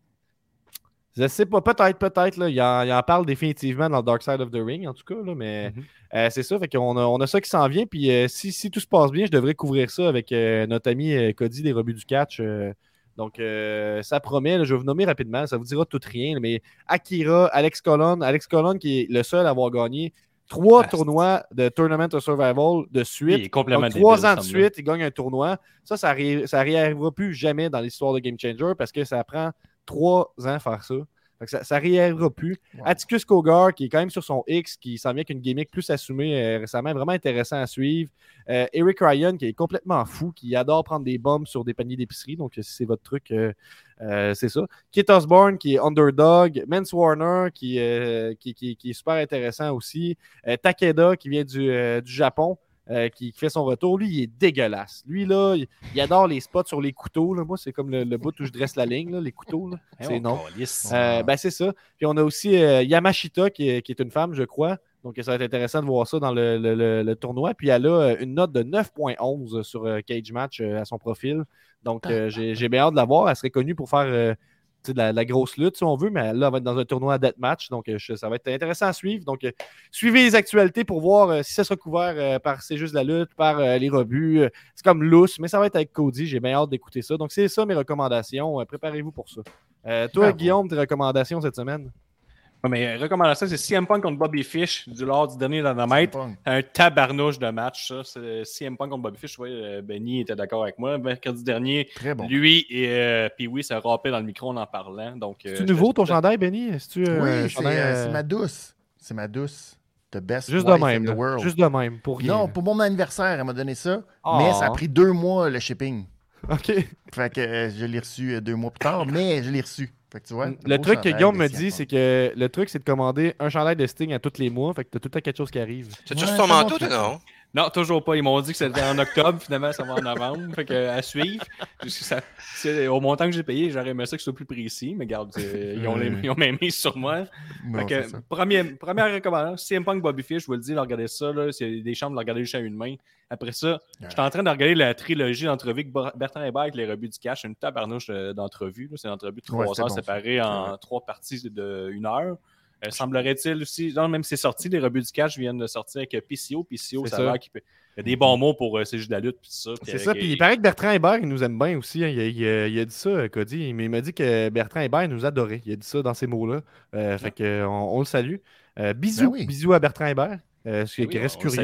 Je sais pas, peut-être, peut-être. Là, il, en, il en parle définitivement dans le Dark Side of the Ring, en tout cas. Là, mais Mhm. euh, c'est ça, fait qu'on a, on a ça qui s'en vient. Puis euh, si, si tout se passe bien, je devrais couvrir ça avec euh, notre ami euh, Cody des Rebuts du Catch. euh, donc, euh, ça promet. Là, je vais vous nommer rapidement. Ça vous dira tout rien. là, mais Akira, Alex Colon. Alex Colon qui est le seul à avoir gagné trois Ah, tournois de Tournament of Survival de Il est suite. complètement Donc, trois débile, ans de ce homme-là. suite, il gagne un tournoi. Ça, ça ne ça réarrivera plus jamais dans l'histoire de Game Changer parce que ça prend trois ans à faire ça. Fait que ça ne réarrivera plus. Wow. Atticus Cogar, qui est quand même sur son X, qui s'en vient avec une gimmick plus assumée euh, récemment, vraiment intéressant à suivre. Euh, Eric Ryan, qui est complètement fou, qui adore prendre des bombes sur des paniers d'épicerie. Donc, si c'est votre truc, euh, euh, c'est ça. Kit Osborne, qui est underdog. Mance Warner, qui, euh, qui, qui, qui est super intéressant aussi. Euh, Takeda, qui vient du, euh, du Japon. Euh, qui, qui fait son retour. Lui, il est dégueulasse. Lui, là, il, il adore les spots sur les couteaux. Là. Moi, c'est comme le, le bout où je dresse la ligne, là, les couteaux. Là. C'est Eh, on non. calisse. Euh, ben, c'est ça. Puis on a aussi euh, Yamashita, qui est, qui est une femme, je crois. Donc, ça va être intéressant de voir ça dans le, le- le- le tournoi. Puis elle a euh, une note de neuf virgule onze sur euh, Cage Match euh, à son profil. Donc, euh, j'ai, j'ai bien hâte de la voir. Elle serait connue pour faire euh, tu sais, de, la, de la grosse lutte, si on veut. Mais là, elle va être dans un tournoi à deathmatch. Donc, euh, je- ça va être intéressant à suivre. Donc, euh, suivez les actualités pour voir euh, si ça sera couvert euh, par C'est juste la lutte, par euh, les rebuts. Euh, c'est comme lousse, mais ça va être avec Cody. J'ai bien hâte d'écouter ça. Donc, c'est ça mes recommandations. Euh, préparez-vous pour ça. Euh, toi, Bravo. Guillaume, tes recommandations cette semaine? Ouais, mais euh, recommandation, c'est C M Punk contre Bobby Fish du lors du dernier Dynamite. Punk. Un tabarnouche de match, ça. C'est C M Punk contre Bobby Fish. Ouais, euh, Benny était d'accord avec moi. Mercredi dernier, Très bon. lui et euh, puis oui, ça rappait dans le micro en en parlant. Donc, euh, C'est-tu j'étais- nouveau ton j'étais- chandail, Benny? Est-tu euh, un Oui, c'est chandail, euh, euh, c'est ma douce. C'est ma douce. The best Juste de wife même. in the là. world. Juste de même, pour rien. Non, pour mon anniversaire, elle m'a donné ça. Ah. Mais ça a pris deux mois le shipping. OK. Fait que euh, je l'ai reçu euh, deux mois plus tard, mais je l'ai reçu. Fait que tu vois, un Le beau truc que chandail Guillaume de me C M dit, Punk. c'est que le truc, c'est de commander un chandail de Sting à tous les mois. Fait que t'as tout le temps quelque chose qui arrive. Tu as Ouais, juste c'est ton bon manteau, truc. toi, non? Non, toujours pas. Ils m'ont dit que c'était en octobre. Finalement, ça va en novembre. Fait que, euh, à suivre. Ça- c'est- au montant que j'ai payé, j'aurais aimé ça que ce soit plus précis. Mais regarde, euh, ils, ont les- ils ont même mis sur moi. Non, Fait que, c'est ça. premier- première recommandation, C M Punk Bobby Fish, je vous le dis, là, regardez ça. Là, c'est des chambres de le regarder juste à une main. Après ça, je suis en train de regarder la trilogie d'entrevues que Ber- Bertrand Hébert avec les rebuts du cash. Une tabarnouche euh, d'entrevues. là. C'est une entrevue de Ouais, trois c'était heures bon, ça. séparées en vrai. trois parties de une heure. Euh, semblerait-il aussi, non, même c'est sorti, les rebuts du cash viennent de sortir avec euh, P C O. P C O, C'est ça ça. a l'air qu'il peut- il y a des bons mots pour euh, c'est juste de la lutte. Puis ça, puis C'est avec- ça. Puis il paraît que Bertrand Hébert, il nous aime bien aussi. hein. Il, a, il a- il a dit ça, Cody. Mais il m'a dit que Bertrand Hébert nous adorait. Il a dit ça dans ces mots-là. Euh, fait que, euh, on, on le salue. Euh, bisous. Ben oui. Bisous à Bertrand Hébert. Euh, qui Oui, qui reste on le curieux. salue.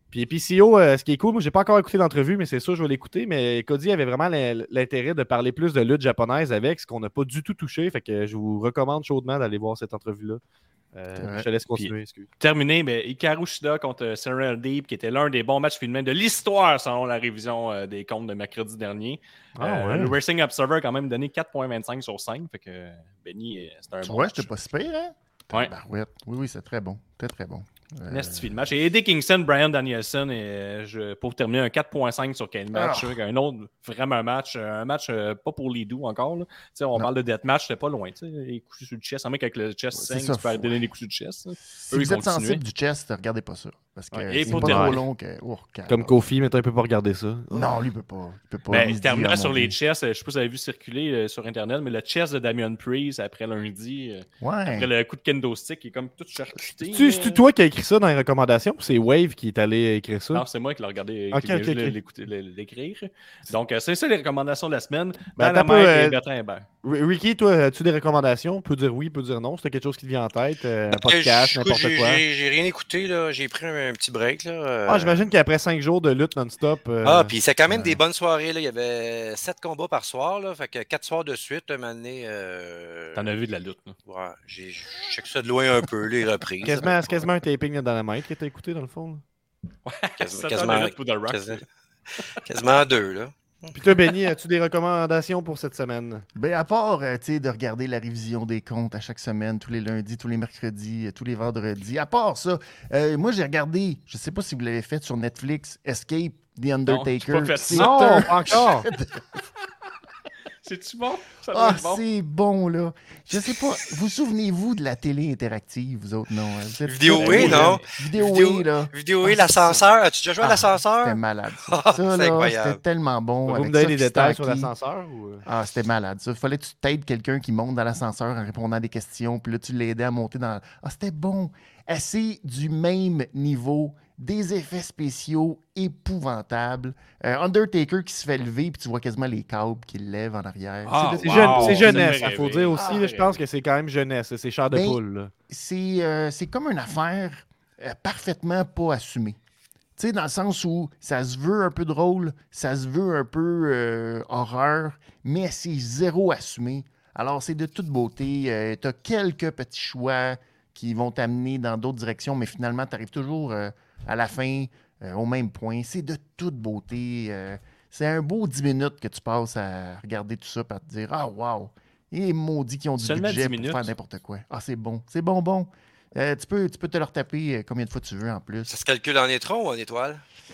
Puis P C O, euh, ce qui est cool, moi, j'ai pas encore écouté l'entrevue, mais c'est sûr, je vais l'écouter. Mais Cody avait vraiment l'intérêt de parler plus de lutte japonaise avec, ce qu'on n'a pas du tout touché. Fait que je vous recommande chaudement d'aller voir cette entrevue-là. Euh, Ouais. je te laisse continuer, Puis, excuse. Terminé, mais Hikaru Shida contre Cyril Deep, qui était l'un des bons matchs féminins de l'histoire selon la révision euh, des comptes de mercredi dernier. Ah, Euh, ouais. Le Racing Observer a quand même donné quatre virgule vingt-cinq sur cinq. Fait que euh, Benny, euh, c'était un Tu bon vois, match. j'étais pas super, hein? Ouais. Tabarouette. Oui, oui, c'est très bon. Très, très bon. Euh, Nasty le match. Et Eddie Kingston, Brian Danielson, et, euh, je, pour terminer, un quatre virgule cinq sur quel match. Ah. Un autre, vraiment un match. Un match euh, pas pour les doux encore. Là. On Non. parle de deathmatch, c'était pas loin. T'sais, les coups sur le chest. Un mec avec le chest C'est saigne, ça, tu peux faut- donner des coups sur le chest. Là. Si Eux, vous ils êtes continuaient. sensible du chest, regardez pas ça. Parce que Ouais, et c'est pour pas terminer- trop long que. Oh, calme. Comme Kofi, mais un peu pas regarder ça. Non, lui, il peut pas. Il peut pas. Ben, Lui, il se dit, terminant ah, sur mon les Dieu. chests, euh, je sais pas si vous avez vu circuler euh, sur Internet, mais le chest de Damian Priest après lundi, euh, après Ouais. le coup de kendo stick, il est comme tout charcuté. C'est-tu là. c'est-tu toi qui as écrit ça dans les recommandations ou c'est Wave qui est allé écrire ça? Non, c'est moi qui l'ai regardé, Ok, qui vient ok, juste ok. l'écouter- l'écrire. Donc, euh, c'est ça les recommandations de la semaine. Ben, Dans la t'as peu, main euh, et Bertrand Hébert. R- Ricky, toi, as-tu des recommandations? Peut dire oui, peut dire non. C'est quelque chose qui te vient en tête? euh, un podcast, Euh, n'importe j'ai- quoi. j'ai- J'ai rien écouté, là. J'ai pris un, un petit break, là. euh. Ah, j'imagine qu'après cinq jours de lutte non-stop. euh, Ah, puis c'est quand même ouais. des bonnes soirées, là. Il y avait sept combats par soir, là. Fait que quatre soirs de suite, un moment donné. Euh... T'en as vu de la lutte. là. Ouais, j'ai je check ça de loin un peu, les reprises. quasiment, là. c'est quasiment un taping de Dynamite que t'as écouté dans le fond. là. Quasiment- sept heures de quasiment- lutte pour The Rock. quasiment- Quasiment deux, là. Puis toi, Benny, as-tu des recommandations pour cette semaine? Ben, à part, euh, tu sais, de regarder la révision des comptes à chaque semaine, tous les lundis, tous les mercredis, euh, tous les vendredis. À part ça, euh, moi, j'ai regardé, je sais pas si vous l'avez fait sur Netflix, Escape, The Undertaker. j'ai pas fait C'est ça. Non, un- pas encore! C'est-tu bon? Ça doit Ah, être bon. c'est bon, là. Je sais pas, vous souvenez-vous de la télé interactive, vous autres, non? hein? Vous êtes Vidéo peut-être oui, trop non? jeunes. Vidéo Vidéo- oui, là. Vidéo Ah, et l'ascenseur. As-tu déjà joué à Ah, l'ascenseur? C'était malade. Ça, Ah, Ça, c'est là, incroyable. c'était tellement bon. Vous avec me donner Sophie des détails sur Starkey. l'ascenseur? Ou... euh? Ah, c'était malade. Ça, fallait que tu t'aides quelqu'un qui monte dans l'ascenseur en répondant à des questions, puis là, tu l'aidais à monter dans. Ah, c'était bon. Assez du même niveau, des effets spéciaux épouvantables. Euh, Undertaker qui se fait lever, puis tu vois quasiment les câbles qui le lèvent en arrière. Ah, C'est de- C'est Wow, jeune- c'est ça jeunesse, me il faut rêvé. dire aussi. Ah, là, je pense que c'est quand même jeunesse. C'est chair de Ben, poule. là. c'est euh, c'est comme une affaire euh, parfaitement pas assumée. Tu sais, dans le sens où ça se veut un peu drôle, ça se veut un peu euh, horreur, mais c'est zéro assumé. Alors, c'est de toute beauté. tu as quelques petits choix qui vont t'amener dans d'autres directions, mais finalement, tu arrives toujours euh, à la fin euh, au même point. C'est de toute beauté. euh, c'est un beau dix minutes que tu passes à regarder tout ça et à te dire « Ah, wow! » Et maudits qui ont du Seulement budget dix pour minutes? faire n'importe quoi. Ah, c'est bon. C'est bon, bon. Euh, tu, peux, tu peux te le retaper euh, combien de fois tu veux en plus. Ça se calcule en étron ou en étoile?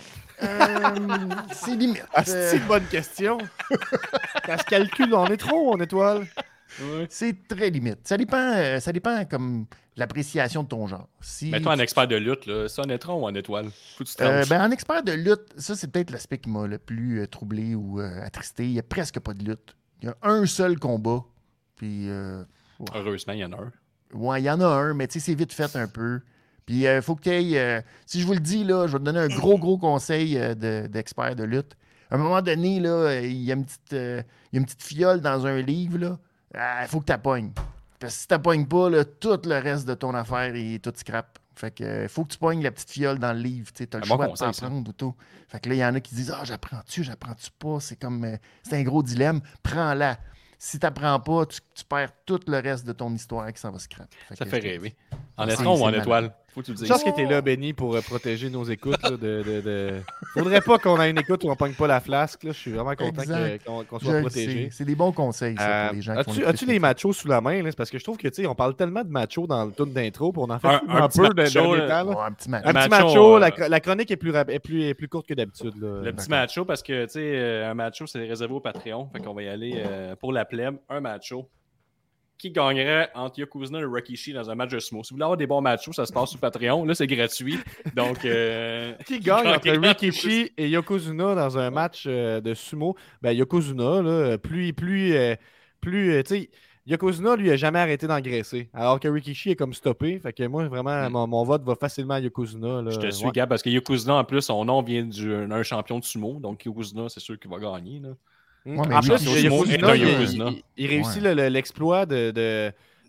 Euh, c'est limite. Ah, Euh, c'est une bonne question. Ça se calcule en étron ou en étoile? c'est très limite. Ça dépend, euh, ça dépend comme l'appréciation de ton genre. Si Mais toi, un tu- expert de lutte, là, c'est un étron ou un étoile? Faut que tu te Euh, tranches. ben, en expert de lutte, ça, c'est peut-être l'aspect qui m'a le plus euh, troublé ou euh, attristé. Il n'y a presque pas de lutte. Il y a un seul combat. Puis, euh, Heureusement, il y en a un. ouais, il y en a un, mais tu sais, c'est vite fait un peu. Puis, il faut que tu ailles. Si je vous le dis, là, je vais te donner un gros, gros conseil euh, de- d'expert de, lutte. À un moment donné, là, euh, il y a une petite, euh, il y a une petite fiole dans un livre, là. Il faut que tu pognes. Parce que si tu pognes pas, là, tout le reste de ton affaire est tout scrap. Fait que euh, faut que tu pognes la petite fiole dans le livre. Tu as le Un bon choix conseil, de ça. t'en prendre ou tout. Fait que là, il y en a qui disent Ah, j'apprends-tu, j'apprends-tu pas. C'est comme. euh, c'est un gros dilemme. Prends-la. Si tu n'apprends pas, tu, tu perds tout le reste de ton histoire qui s'en va scrap. Ça que fait je te rêver. dis. En Ah, étron c'est- ou en c'est étoile? malade. Faut que tu le Je dises. pense que t'es là, Benny, pour euh, protéger nos écoutes. Là, de, de, de... Faudrait pas qu'on ait une écoute où on pogne pas la flasque. Là. Je suis vraiment content Exact. que- qu'on qu'on Je soit le protégé. sais. C'est des bons conseils, ça, Euh, pour les gens qui font as-tu, les as-tu plus les machos sous la main? Là? C'est parce que je trouve que tu sais, on parle tellement de machos dans le tour d'intro, puis on en fait Un- un, un petit peu de macho, dernier là. temps, là. Ouais, un petit match. Un petit macho, macho, euh, la, cro- la chronique est plus, rap- est plus, est plus courte que d'habitude. là. Le petit D'accord. macho, parce que, tu sais, euh, un macho, c'est réservé au Patreon. Fait qu'on va y aller euh, pour la plèbe. Un macho. Qui gagnerait entre Yokozuna et Rikishi dans un match de sumo? Si vous voulez avoir des bons machos, ça se passe sur Patreon. Là, c'est gratuit. Donc, euh, Qui gagne entre gagnerait Rikishi et Yokozuna dans un match euh, de sumo? Ben, Yokozuna, là, plus, plus, euh, plus, euh, tu sais, Yokozuna, lui, a jamais arrêté d'engraisser. Alors que Rikishi est comme stoppé. Fait que moi, vraiment, Mm. mon, mon vote va facilement à Yokozuna. Là. Je te suis, Ouais. Gab, parce que Yokozuna, en plus, son nom vient du- d'un champion de sumo. Donc, Yokozuna, c'est sûr qu'il va gagner. Là. Ouais, mais en plus, Rikishi, Yokozuna, est un il, Yokozuna. il- il réussit Ouais. le- le- l'exploit de, de,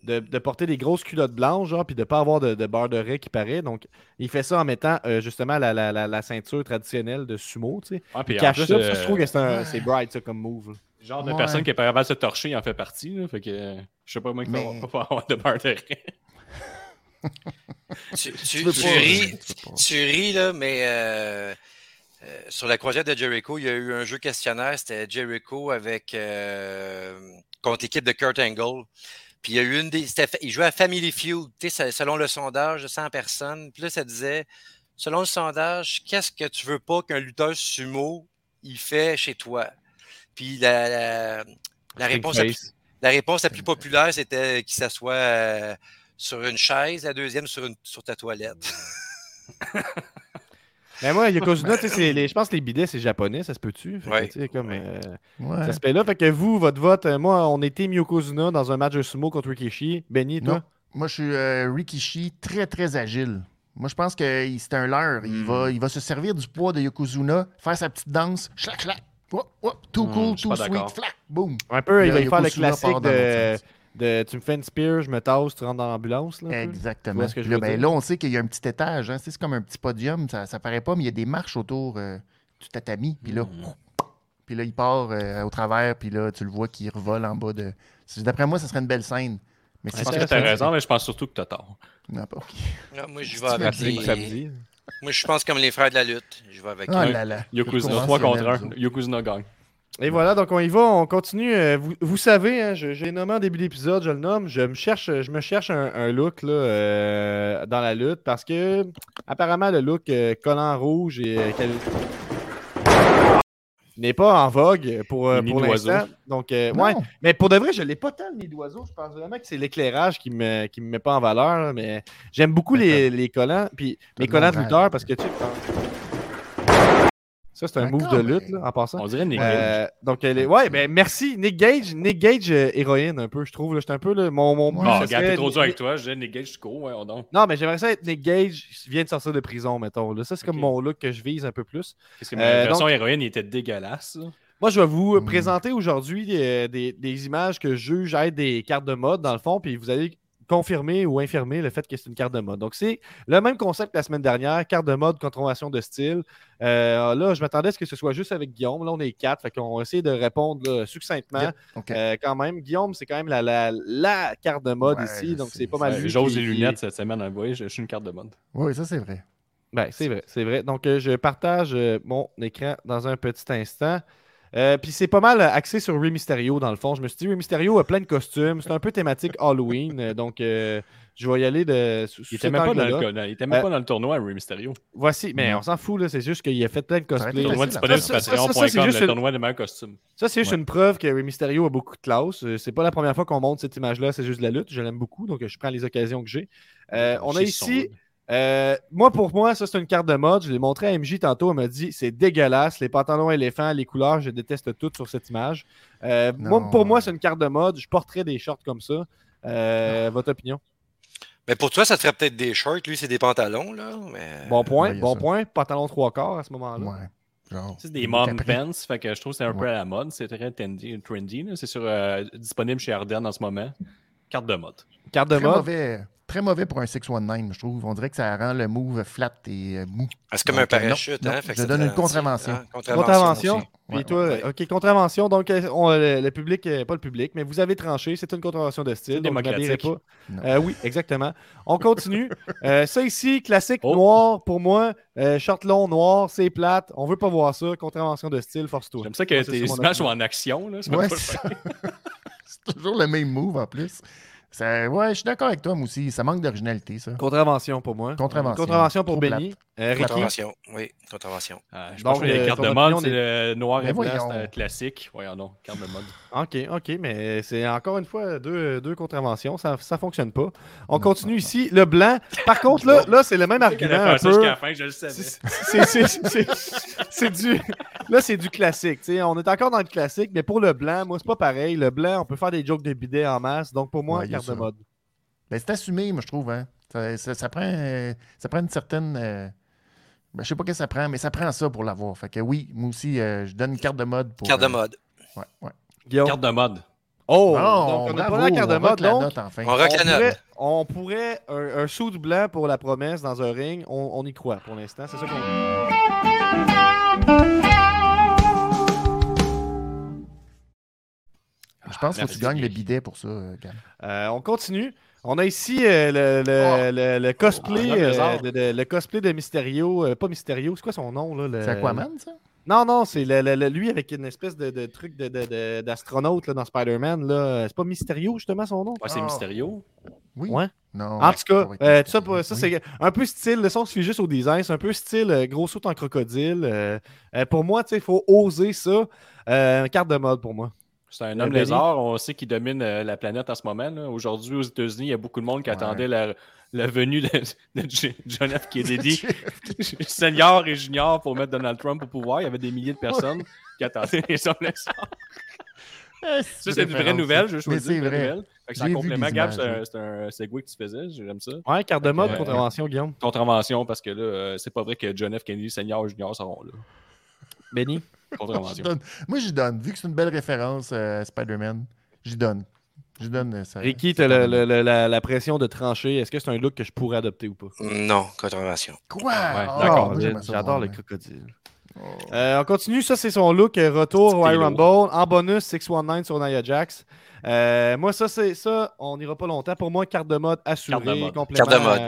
de, de porter des grosses culottes blanches, genre, puis de pas avoir de, de beurre de raie qui paraît. Donc, il fait ça en mettant euh, justement la, la, la, la ceinture traditionnelle de sumo, tu sais. Ah, puis Il en cache plus, ça, euh, ça, je trouve que c'est, un, ouais. c'est bright, ça, comme move. là. Le genre de Ouais. personne qui est pas capable de se torcher, il en fait partie. Là, fait que euh, je sais pas moi qui Mais- va pas avoir de beurre de raie. Tu, tu, veux tu pas, ris, tu veux pas. tu ris, là, mais euh, euh, sur la croisière de Jericho, il y a eu un jeu questionnaire. C'était Jericho avec euh, contre l'équipe de Kurt Angle. Puis il y a eu une des. c'était fa- Il jouait à Family Feud, tu sais, selon le sondage de cent personnes. Puis là, ça disait selon le sondage, qu'est-ce que tu veux pas qu'un lutteur sumo il fait chez toi? Puis la, la, la réponse, la, plus, Face. la réponse la plus populaire, c'était qu'il s'assoit euh, sur une chaise, la deuxième sur, une, sur ta toilette. Mais moi, Yokozuna, tu sais, c'est les- je pense que les bidets, c'est japonais, ça se peut-tu? Fait que, Ouais. tu sais, comme. Ouais. euh, Ouais. Ça se fait là. Fait que vous, votre vote, euh, moi, on était Yokozuna dans un match de sumo contre Rikishi. Benny, toi? Non. Moi, je suis euh, Rikishi, très, très agile. Moi, je pense que il- c'est un leurre. Il, Hmm. va, il va se servir du poids de Yokozuna, faire sa petite danse, schlac, schlac, hop, hop, tout Hmm, cool, je suis tout pas sweet, d'accord. flac, boum. Un peu, il va y Yo- faire le Yokozuna classique part dans de, l'autre sens. de tu me fais une spear, je me tasse, tu rentres dans l'ambulance. Là, un peu. Tu Exactement. vois ce que je Puis là, veux ben, dire? là, on sait qu'il y a un petit étage. Hein. C'est comme un petit podium. Ça, ça paraît pas, mais il y a des marches autour euh, du tatami. Puis là, Mm. puis là, il part euh, au travers. Puis là, tu le vois qui revole en bas de. C'est- D'après moi, ça serait une belle scène. Mais Je c'est pense ça, que ça, t'as raison, mais je pense surtout que t'as tort. Non, pas. Non, moi, je Si vais tu avec veux dire les... Samedi. Moi, je pense comme les frères de la lutte. Je vais avec Oh eux. là là. Yokozuna, Plus trois contre conventionnel, un. nous autres. Yokozuna gagne. Et voilà, donc on y va, on continue. Euh, Vous, vous savez, hein, je- j'ai nommé en début d'épisode, je le nomme, je me cherche, je me cherche un, un look là, euh, dans la lutte parce que apparemment le look euh, collant rouge et euh, quel- n'est pas en vogue pour, euh, Le nid pour d'oiseau. l'instant. Donc, euh, Non. ouais. Mais pour de vrai, je l'ai pas tant le nid d'oiseau. Je pense vraiment que c'est l'éclairage qui me, qui me met pas en valeur. là, mais j'aime beaucoup les, les collants. Puis mes de collants de l'ombrage. lutteur parce que tu sais. Ça, c'est un move D'accord, de lutte, mais- là, en passant. On dirait Nick Gage. Euh, donc, elle est... ouais, ben merci. Nick Gage, Nick Gage, euh, héroïne, un peu, je trouve. là. J'étais un peu là, mon, mon but. Ouais. Bon, ce regarde, serait- t'es trop dur avec toi. Je dis Nick Gage, tu cours, ouais, on donc. Non, mais j'aimerais ça être Nick Gage qui vient de sortir de prison, mettons. Là. Ça, c'est comme Ok. mon look que je vise un peu plus. Parce que Euh, ma version donc- héroïne, il était dégueulasse. là. Moi, je vais vous Mm. présenter aujourd'hui euh, des, des images que je juge être des cartes de mode, dans le fond, puis vous allez confirmer ou infirmer le fait que c'est une carte de mode. Donc, c'est le même concept que la semaine dernière, carte de mode, conformation de style. Euh, là, je m'attendais à ce que ce soit juste avec Guillaume. Là, on est quatre, fait qu'on va essayer de répondre là, succinctement. Yep. OK. Euh, quand même, Guillaume, c'est quand même la, la, la carte de mode Ouais, ici, je donc sais. c'est pas mal Ouais, lui J'ose qui- les qui- lunettes cette semaine. Vous voyez, je je suis une carte de mode. Oui, ça, c'est vrai. Ben, c'est vrai, c'est vrai. Donc, euh, je partage euh, mon écran dans un petit instant. Euh, Puis c'est pas mal euh, axé sur Rey Mysterio, dans le fond. Je me suis dit, Rey Mysterio a plein de costumes. C'est un peu thématique Halloween. euh, donc, euh, je vais y aller de, sous, Il sous était cet même, pas dans, angle-là. le, dans- il était même Euh, pas dans le tournoi, Rey Mysterio. Voici, mais Non. on s'en fout, là. C'est juste qu'il a fait plein de Ça aurait été cosplays. Le tournoi facile à disponible faire. sur Ça, ça, ça, patreon point c'est com, juste le une- tournoi des meilleurs costumes. Ça, c'est juste Ouais. une preuve que Rey Mysterio a beaucoup de classe. Euh, C'est pas la première fois qu'on montre cette image-là, c'est juste de la lutte. Je l'aime beaucoup, donc euh, je prends les occasions que j'ai. Euh, on a Chez son- ici, euh, moi pour moi, ça c'est une carte de mode. Je l'ai montré à M J tantôt. Elle m'a dit c'est dégueulasse. Les pantalons éléphants, les couleurs, je déteste toutes sur cette image. Euh, moi, Non. pour moi, c'est une carte de mode. Je porterais des shorts comme ça. Euh, votre opinion? Mais pour toi, ça te ferait peut-être des shorts. Lui, c'est des pantalons, là. Mais... Bon point, ouais, il y a bon ça. point. Pantalon trois quarts à ce moment-là. Ouais. Genre. C'est des mom Capri. pants, fait que je trouve que c'est un peu Ouais. à la mode. C'est très trendy. trendy là. C'est sur, euh, disponible chez Ardennes en ce moment. Carte de mode. Carte de Très mode. mauvais, très mauvais pour un six dix-neuf, je trouve. On dirait que ça rend le move flat et euh, mou. Ah, c'est comme Donc, un euh, non, parachute, non, hein? je Fait que ça donne te une ralentit. contravention. Hein, Contravention. aussi. Puis Ouais, toi, ouais. OK, contravention. Donc, euh, on- le, le public, euh, pas le public, mais vous avez tranché. C'est une contravention de style. C'est Donc, vous n'habillerez démocratique. pas. Non. Euh, oui, exactement. On continue. Euh, ça ici, classique Oh. noir pour moi. Euh, short long noir, c'est plate. On veut pas voir ça. Contravention de style, force-toi. J'aime ça que Moi, c'est tes ça, mon images sont opinion. en action. Là. C'est Ouais, pas- c'est c'est toujours le même move en plus. Ça, ouais, je suis d'accord avec toi, moi aussi. Ça manque d'originalité, ça. Contravention pour moi. Contravention. Contravention pour Trop Benny. Euh, Ricky. Contravention. Oui, contravention. Ah, je Donc, pense que les euh, cartes ton de mode, opinion c'est le noir et Ben blanc, voyons. c'est un classique. Voyons non, carte de mode. OK, OK, mais c'est encore une fois deux, deux contraventions. Ça ne fonctionne pas. On Non, continue non, ici. Le blanc. Par contre, là, là c'est le même argument un ça peu. jusqu'à la fin, je le savais. C'est- c'est- c'est- c'est- C'est du. Là, c'est du classique. tu sais. On est encore dans le classique, mais pour le blanc, moi, c'est pas pareil. Le blanc, on peut faire des jokes de bidet en masse. Donc, pour moi, Ouais, il y a carte de ça. mode. Ben, c'est assumé, moi, je trouve. Hein. Ça, ça, ça prend, euh, ça prend une certaine. euh, ben, je sais pas ce que ça prend, mais ça prend ça pour l'avoir. Fait que oui, moi aussi, euh, je donne une carte de mode. Pour, Carte de euh, mode. Ouais, ouais. Guillaume. Carte de mode. Oh! Bon, donc, on n'a bravo, pas la carte de on mode, rock la donc... note, enfin. On rock On la note. pourrait, on pourrait un, un suit blanc pour la promesse dans un ring, on, on y croit pour l'instant. C'est ça qu'on. Je pense que Merci. tu gagnes le bidet pour ça, euh, Gab. Euh, on continue. On a ici euh, le, le, le, le cosplay, Oh, euh, de, de- le cosplay de Mysterio. euh, pas Mysterio, c'est quoi son nom là? le- C'est Aquaman, ça? Non, non, c'est le, le- le- lui avec une espèce de, de truc de, de- de- d'astronaute là, dans Spider-Man. Là. C'est pas Mysterio, justement, son nom? Ouais, c'est Oh. Mysterio. Oui. Ouais. Non. En tout cas, ça va être euh, tout ça, Mysterio. pour- ça Oui. c'est un peu style, le son se fait juste au design, c'est un peu style euh, gros saut en crocodile. euh, euh, pour moi, il faut oser ça. Euh, carte de mode pour moi. C'est un Euh, homme Benny? lézard. On sait qu'il domine euh, la planète en ce moment. là. Aujourd'hui, aux États-Unis, il y a beaucoup de monde qui Ouais. attendait la, la venue de, de J- John F. Kennedy, senior et junior, pour mettre Donald Trump au pouvoir. Il y avait des milliers de personnes qui attendaient les hommes lézards. Ah, Ça, c'est une vraie nouvelle. Je Mais choisis c'est une vraie vrai. nouvelle. Fait que C'est J'ai un vu complément, les Gab. images, C'est un, oui. c'est un segue que tu faisais. J'aime ça. Ouais, carte de mode, Euh, contravention, Guillaume. Contravention, parce que là, euh, c'est pas vrai que John F. Kennedy, senior et junior seront là. Benny. Je Contravention. donne- Moi, j'y donne. Vu que c'est une belle référence euh, à Spider-Man, j'y donne. J'y donne euh, ça. Ricky, t'as le- le- le- la, la pression de trancher. Est-ce que c'est un look que je pourrais adopter ou pas? Non, contravention. Quoi? Ouais, Ah, D'accord, moi, j'aimerais ça j'adore voir, le mais- crocodile. Oh. Euh, on continue, ça c'est son look euh, retour au Petit Royal stylo. Rumble. En bonus, six cent dix-neuf sur Nia Jax. Euh, moi, ça, c'est ça, on n'ira pas longtemps. Pour moi, carte de mode assurée, Carte de mode. complément. Carte de mode. à-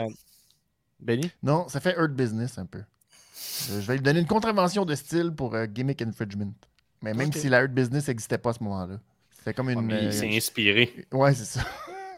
Benny? Non, ça fait Earth Business un peu. Euh, je vais lui donner une contravention de style pour euh, gimmick infringement. Mais même Ok. si la Earth Business n'existait pas à ce moment-là. C'était comme une. Ouais, mais il euh, s'est inspiré. Ouais, c'est ça.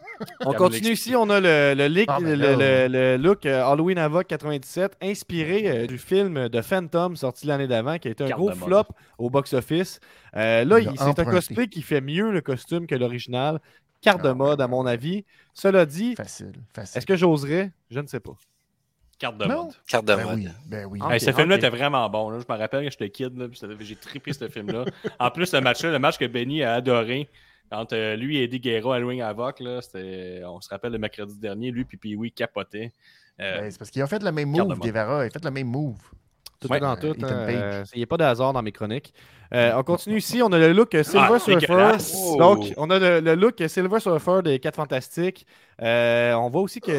On Cam continue l'explique. ici, on a le, le, leak- Ah, ben le, là, le- le look euh, Halloween Havoc quatre-vingt-dix-sept, inspiré euh, du film de Phantom sorti l'année d'avant, qui a été un Carte gros de mode. flop au box-office. Euh, là, Il il- l'a c'est un emprunté. cosplay qui fait mieux le costume que l'original. Carte de Ah, mode, à mon avis. Cela dit, Facile. Facile. est-ce que j'oserais? Je ne sais pas. Carte de Non. mode. Carte de Ben mode. oui. Ben oui. Ah, Hey, ce Ok, film-là ok. était vraiment bon. Là. Je me rappelle quand j'étais kid, là, puis ça- j'ai trippé ce film-là. En plus, le match-là, le match que Benny a adoré, entre euh, lui et Eddie Guerrero à Halloween Havoc, là, c'était, on se rappelle le mercredi dernier, lui puis Pee-Wee capotait. Euh, Ben, c'est parce qu'il a fait le même Carte de move, mode. Guevara. Il a fait le même move. Tout Ouais, est dans euh, tout. Ethan hein, Page. euh, Il n'y a pas de hasard dans mes chroniques. Euh, on continue ici. On a le look euh, Silver Ah, Surfer. dégueulasse. Oh. Donc, on a le, le look Silver Surfer des quatre Fantastiques. Euh, on voit aussi que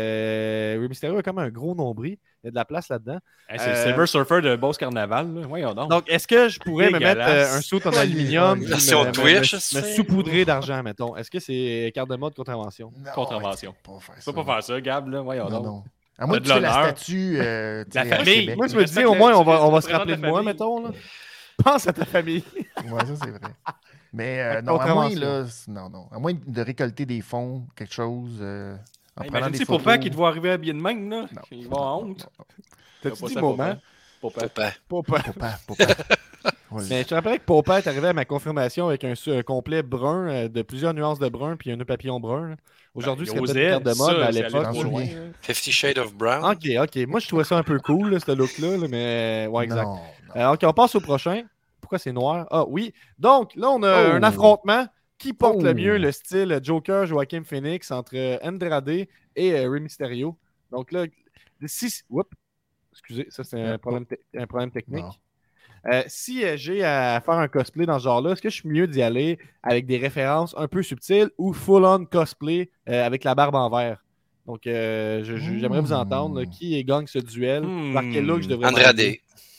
euh, Rey Mysterio a comme un gros nombril. Il y a de la place là-dedans. hey, c'est euh, le Silver Surfer de Boss Carnaval. Là. Voyons donc. Donc, est-ce que je pourrais me mettre Dégueulasse. euh, un saut en Ouais, aluminium ouais, puis version me, me- Twitch, me- c'est- me saupoudrer d'argent, mettons? Est-ce que c'est carte de mode contravention? Non, Contravention. tu peux pas faire tu ça. peux pas faire ça, Gab. Là. Voyons Non, donc. non. À moins T'as que de tu fais la l'honneur. statue. euh, tu La sais, à famille. Québec. Moi, je me Respecte dis, au la- moins, on tu- va, tu on va se représentes rappeler la de moi, famille. mettons. Là. Pense à ta famille. Ouais, ça, c'est vrai. Mais euh, Fait que non, à moins, contravention. là, c- non, non. À moins de récolter des fonds, quelque chose, euh, en Hey, prenant imagine des si photos. Papa qui te voit arriver habillé de même. Là. Non. Il va en honte. T'as-tu Pas dit ça, moment? Papa. Papa. Pas Papa, papa. Ouais. Mais je te rappelais que Popeye est arrivé à ma confirmation avec un, su- un complet brun, euh, de plusieurs nuances de brun, puis un nœud papillon brun. là. Aujourd'hui, Il c'est peut-être osait, une carte de mode, ça, mais à c'est l'époque. allé trop j'en loin, souviens. là. Fifty Shades of Brown. Ok, ok. Moi, je trouvais ça un peu cool, là, ce look-là, là, mais. Ouais, exact. Non, non. Euh, ok, on passe au prochain. Pourquoi c'est noir? Ah oui. Donc, là, on a Oh. un affrontement. Qui porte le Oh. mieux le style Joker Joaquin Phoenix entre euh, Andrade et euh, Rey Mysterio? Donc là, si. Oups. Excusez, ça c'est un problème, te- un problème technique. Non. Euh, si euh, j'ai à faire un cosplay dans ce genre-là, est-ce que je suis mieux d'y aller avec des références un peu subtiles ou full-on cosplay euh, avec la barbe en vert? Donc, euh, je- je- j'aimerais vous entendre. là, Hmm. qui gagne ce duel? Hmm. Par quel look je devrais Andrade. m'habiller?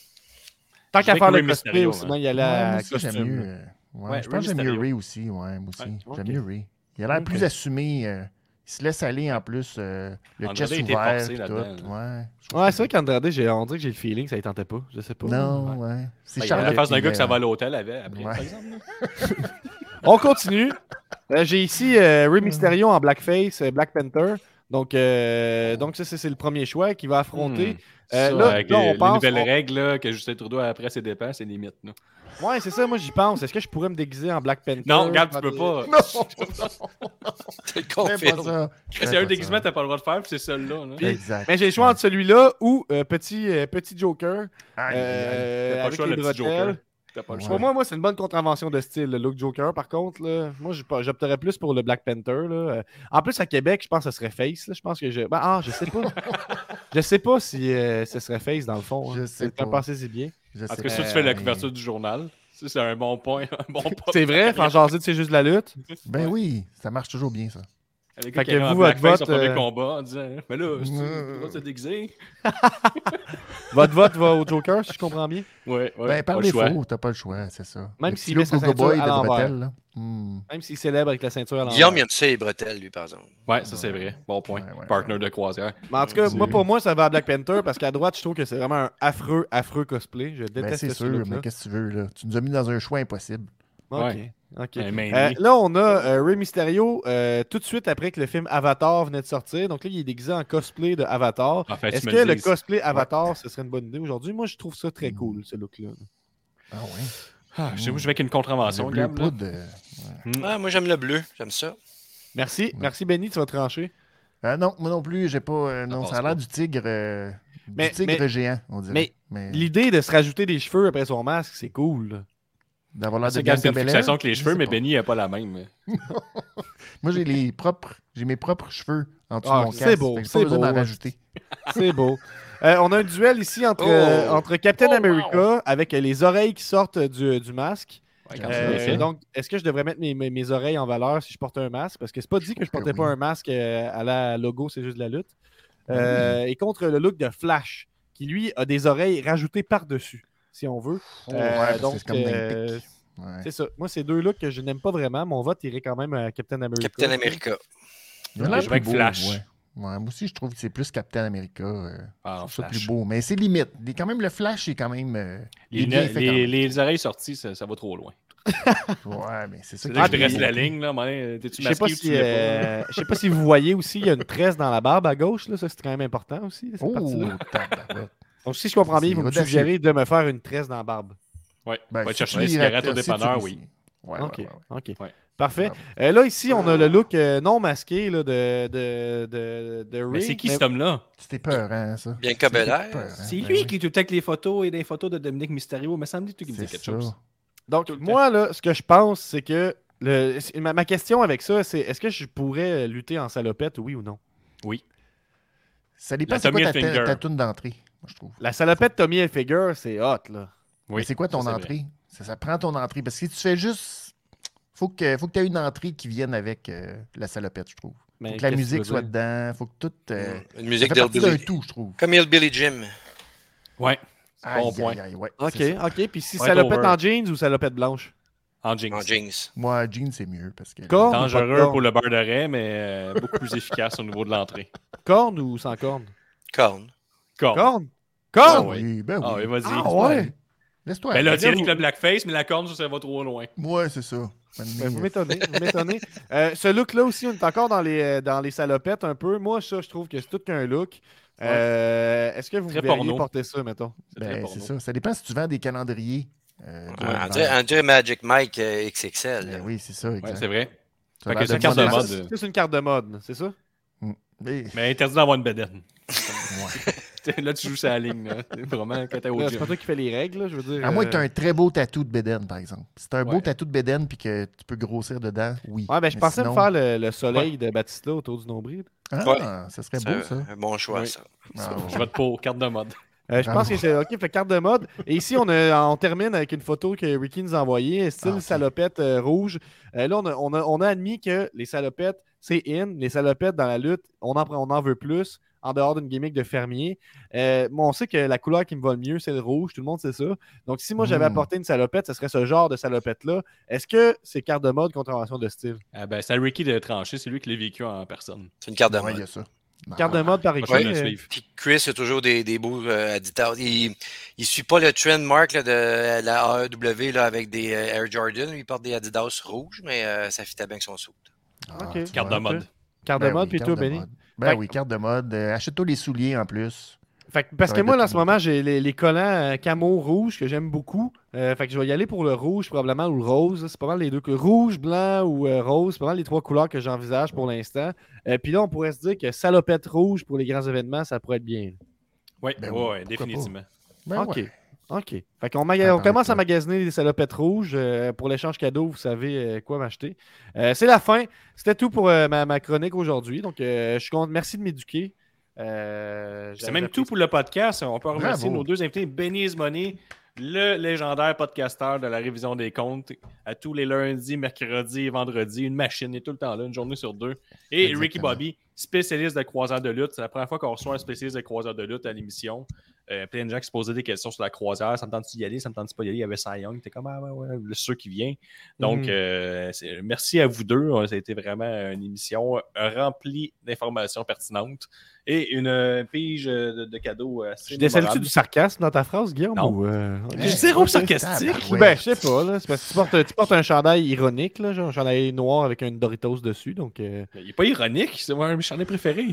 Tant Je qu'à vais faire avec le Rey cosplay, Mysterio, aussi hein. bien y aller Ouais, moi à aussi, j'aime costume. mieux. là. euh, ouais, Ouais, je Rey pense que j'aime mieux Mysterio. Ray aussi. Ouais, moi aussi. Ouais, ok. J'aime mieux Ray. Il a l'air Ok. plus assumé. euh, il se laisse aller en plus. euh, le Andrade chest était ouvert. forcé pis là-dedans, tout. Ouais. Ouais, c'est vrai qu'Andrade, j'ai- on dirait que j'ai le feeling que ça ne tentait pas. Je sais pas. Non, ouais. C'est Ben, il y a la Charlotte face d'un qui, gars que ça euh, va à l'hôtel avec, après, ouais. par exemple. là. On continue. Euh, j'ai ici euh, Rey Mysterio en blackface, euh, Black Panther. Donc, euh, donc ça, c'est c'est le premier choix qui va affronter. Hmm. Euh, Ça, là, avec là, les, on les pense- nouvelles on- règles là, que Justin Trudeau a après ses dépenses, c'est limite. Là. Ouais, c'est ça, moi j'y pense. Est-ce que je pourrais me déguiser en Black Panther? Non, regarde, tu Faire peux des- pas. Tu le Fais pas confirmes. ça. Quand Fais c'est un pas déguisement, ça. t'as pas le droit de faire, puis c'est celui-là. Là. Exact. Mais j'ai le choix entre celui-là ou euh, petit, euh, petit Joker. Aïe, aïe, aïe. euh, T'as pas le avec choix, les le petit bretelles. Joker. T'as pas le Ouais. choix. Pour moi, moi c'est une bonne contravention de style, le look Joker. Par contre, là, moi, j'ai pas- j'opterais plus pour le Black Panther. Là. Euh, En plus, à Québec, je pense que ce serait Face. Là. Je pense que je. Ben, ah, je sais pas. je sais pas si euh, ce serait Face dans le fond. Je Hein. sais Quelqu'un pas. pensez-y bien. Je En tout sais cas, si pas. tu fais la mais- couverture du journal, Ça, c'est un bon point. Un bon point. C'est vrai, faire jaser de c'est juste de la lutte. Ben oui, ça marche toujours bien, ça. Avec Fait le que gars en vous, votre blackface vote, au premier euh, combat en disant mais là, c'est Euh. tu vas te déguiser. Votre vote va au Joker, si je comprends bien. Ouais, ouais. Ben, par pas le choix. défaut, t'as pas le choix, c'est ça. Même Le s'il petit met look sa Go-Go ceinture Boy à de l'envers. bretelles, là. Hmm. Même s'il célèbre avec la ceinture à l'envers. Guillaume, il aime ça, les bretelles, lui, par exemple. Ouais, ça c'est vrai. Bon point. Ouais, ouais, Partner ouais. de croisière. Mais en tout cas, C'est- moi, pour moi, ça va à Black Panther parce qu'à droite, je trouve que c'est vraiment un affreux, affreux cosplay. Je Ben, déteste c'est ce sûr, look-là. mais qu'est-ce que tu veux, là? Tu nous as mis dans un choix impossible. Ok, Ouais. ok. Un main Euh, nez. là, on a euh, Rey Mysterio euh, tout de suite après que le film Avatar venait de sortir. Donc là, il est déguisé en cosplay de Avatar. En fait, tu Est-ce me que le le dises. cosplay Avatar, ce serait une bonne idée aujourd'hui? Moi, je trouve ça très cool, ce look-là. Ah ouais. Ah, je sais où je vais avec une contravention, Le bleu Gab. là. poudre, euh, Hmm. Ouais, moi, j'aime le bleu. J'aime ça. Merci, merci Benny, tu vas trancher. Ah non, moi non plus, j'ai pas. euh, non, passe ça a pas. l'air du tigre. euh, Mais- du tigre mais- géant, on dirait. mais Mais, L'idée de se rajouter des cheveux après son masque, c'est cool. là. d'avoir l'air de C'est Gab, c'est Bianca une Belair, fixation que les je cheveux, sais mais pas. Benny n'a pas la même. Moi, j'ai les propres. J'ai mes propres cheveux en dessous Ah, de mon c'est casque. beau, fait que j'ai c'est pas besoin beau, d'en ouais. rajouter. C'est beau. Euh, on a un duel ici entre, Oh! euh, entre Captain Oh, wow! America avec les oreilles qui sortent du, du masque. Ouais, quand Euh, c'est bien fait. donc, est-ce que je devrais mettre mes, mes, mes oreilles en valeur si je porte un masque? Parce que c'est pas dit que je trouve portais que pas oui. un masque euh, à la logo, c'est juste de la lutte. Euh, Et contre le look de Flash, qui lui a des oreilles rajoutées par-dessus, si on veut. Oh, Euh, ouais, parce que donc, c'est comme dans les euh, pics. Ouais. c'est ça. Moi, c'est deux looks que je n'aime pas vraiment. Mon vote irait quand même à Captain America. Captain America. Il a Ok, l'air je vais plus avec beau, Flash. ouais. Ouais, moi aussi, je trouve que c'est plus Captain America. euh, Ah, je trouve ça Flash. plus beau. Mais c'est limite. Les- Quand même, le Flash est quand même. euh, il Les, est bien ne- fait les, quand même. les oreilles sorties, ça, ça va trop loin. Ouais, mais c'est ça C'est qui là Ah, que je puis- dresse la ligne. Là, mais t'es-tu Je sais pas masqué ou si, tu l'es euh, je sais pas si vous voyez aussi, il y a une tresse dans la barbe à gauche. Là. Ça, c'est quand même important aussi, cette Oh, partie-là. tabarouette. Donc, si je comprends bien, C'est vous me audacieux. suggérez de me faire une tresse dans la barbe. pas? Ouais. Ben, Va te si chercher tu des y cigarettes au rattaches, si tu dépanneur, réussis. oui. Ouais, OK, ouais, ouais, ouais. OK. Ouais. Parfait. Bravo. Euh, là, ici, on a le look euh, non masqué là, de, de, de, de Mais Rey. c'est qui Mais- cet homme-là? C'était peur, hein, ça. Bianca Belair. peur, hein. C'est Ben lui oui. qui est tout le temps avec les photos et des photos de Dominique Mysterio. Mais ça me dit tout qui me dit C'est quelque ça. chose. Donc, Tout le moi, là, ce que je pense, c'est que le, c'est- ma, ma question avec ça, c'est est-ce que je pourrais lutter en salopette, oui ou non? Oui. Ça dépend La c'est quoi Tommy ta, Hilfiger. ta, ta toune d'entrée, moi, je trouve. La salopette Tommy Hilfiger, c'est hot, là. Mais c'est quoi ton ça, c'est entrée? Ça, ça prend ton entrée. Parce que si tu fais juste. Faut que, faut que tu aies une entrée qui vienne avec euh, la salopette, je trouve. Mais Faut que la qu'est-ce musique tu veux soit dire? dedans. Faut que tout. euh, Une ça musique fait partie d'un d'Hillbilly. tout, je trouve. Comme Hillbilly Jim. Ouais. Aïe, Bon aïe, point. aïe, ouais, OK, c'est ça. OK. Puis si Ouais, salopette over. en jeans ou salopette blanche? En jeans. En jeans. Moi, jean, c'est mieux. Parce que. Corne ou pas de Dangereux corne? pour le beurre de raie, mais euh, beaucoup plus efficace au niveau de l'entrée. Corne ou sans corne? Corne. Corne. Corne? Ah Corne? oui, ben oui. Ah oui, vas-y. Ah ouais? Laisse-toi. Ben là, aller. tiens, avec le blackface, mais la corne, ça, ça va trop loin. Ouais, c'est ça. Ben, vous m'étonnez, vous m'étonnez. Euh, ce look-là aussi, on est encore dans les, euh, dans les salopettes un peu. Moi, ça, je trouve que c'est tout qu'un look. Euh, Est-ce que vous Très verriez porno. porter ça, mettons? C'est très Ben, porno. c'est ça. Ça dépend si tu vends des calendriers. Euh, de On vente. dirait, on dirait Magic Mike euh, X X L. Ben là. oui, c'est ça. Ouais, Exact. c'est vrai. Ça a Fait l'air que c'est une de carte de bonne mode. masse. Ça, C'est une carte de mode, c'est ça? Mais- Mais interdit d'avoir une bedaine. ouais. Là, tu joues sur la ligne. là. C'est vraiment quand t'es au Là, gym. C'est pas toi qui fais les règles, là, je veux dire. À moins euh, que tu aies un très beau tatou de bédaine, par exemple. Si tu as un beau Ouais. tatou de bédaine puis que tu peux grossir dedans, oui. Ouais, ben, je Mais pensais sinon- me faire le, le soleil de Batista autour du nombril. Ah, Ouais. ça serait C'est beau, ça. un bon choix, Oui. ça. Ah, ouais. Je vote pour carte de mode. Euh, je Ah pense bon. que c'est OK, fait carte de mode. Et ici, on, a, on termine avec une photo que Ricky nous a envoyée, style Ah, ok. salopette euh, rouge. Euh, là, on a, on, a, on a admis que les salopettes, c'est in. Les salopettes dans la lutte, on en, prend- on en veut plus, en dehors d'une gimmick de fermier. Euh, moi, on sait que la couleur qui me va le mieux, c'est le rouge. Tout le monde sait ça. Donc, si moi, j'avais Mm. apporté une salopette, ce serait ce genre de salopette-là. Est-ce que c'est carte de mode, contravention de style? Ah ben, c'est à Ricky de trancher. C'est lui qui l'a vécu en personne. C'est une carte de Ouais, il y mode. a ça. Carte de mode par Pas écrit. besoin de euh, suivre. Puis Chris a toujours des, des beaux euh, Adidas. Il ne suit pas le trend mark là, de la A E W là, avec des euh, Air Jordan. Lui, il porte des Adidas rouges, mais euh, ça fitait bien avec son soude. Ah, Ok. tu Carte vois. de mode. Carte Ben de mode, oui, puis carte toi, de Benny? mode. Ben Fait- oui, carte de mode. Euh, Achète-toi les souliers en plus. Fait que- parce Ça que va moi, être là, de en ce tout moment, j'ai les, les collants euh, camo rouge que j'aime beaucoup. Euh, fait que je vais y aller pour le rouge, probablement, ou le rose. C'est pas mal les deux. que- Rouge, blanc ou euh, rose, c'est pas mal les trois couleurs que j'envisage pour l'instant. Euh, Puis là, on pourrait se dire que salopette rouge pour les grands événements, ça pourrait être bien. Oui, Ben ouais, oui, ouais, pourquoi définitivement. Ben OK. ouais. OK. Fait qu'on maga- Ça on paraît commence que- à magasiner des salopettes rouges. Euh, pour l'échange cadeau, vous savez euh, quoi m'acheter. Euh, c'est la fin. C'était tout pour euh, ma, ma chronique aujourd'hui. Donc, euh, je suis content. Merci de m'éduquer. Euh, C'est même tout pour le podcast. On peut remercier Bravo. nos deux invités, Benny Ismoney, le légendaire podcasteur de la révision des comptes, à tous les lundis, mercredis et vendredis. Une machine, il est tout le temps là, une journée sur deux. Et Exactement. Ricky Bobby, spécialiste de croiseur de lutte. C'est la première fois qu'on reçoit un spécialiste de croiseur de lutte à l'émission. Euh, plein de gens qui se posaient des questions sur la croisière. Ça me tente-tu d'y aller? Ça me tente-tu pas d'y aller? Il y avait Cy Young. T'es comme, ah ouais, ouais, le sûr qui vient. Donc, Mhm. euh, c'est- merci à vous deux. Ça a été vraiment une émission remplie d'informations pertinentes et une euh, pige de, de cadeaux assez Je décèle-tu mémorables. du sarcasme dans ta phrase, Guillaume? Non. Ou, euh, ok. Je zéro Ok. sarcastique. Tabarouette. Ben, je sais pas, là. C'est parce que tu portes, tu portes un chandail ironique, là, genre un chandail noir avec un Doritos dessus, donc... euh, Il est pas ironique, c'est un de mes chandails préférés.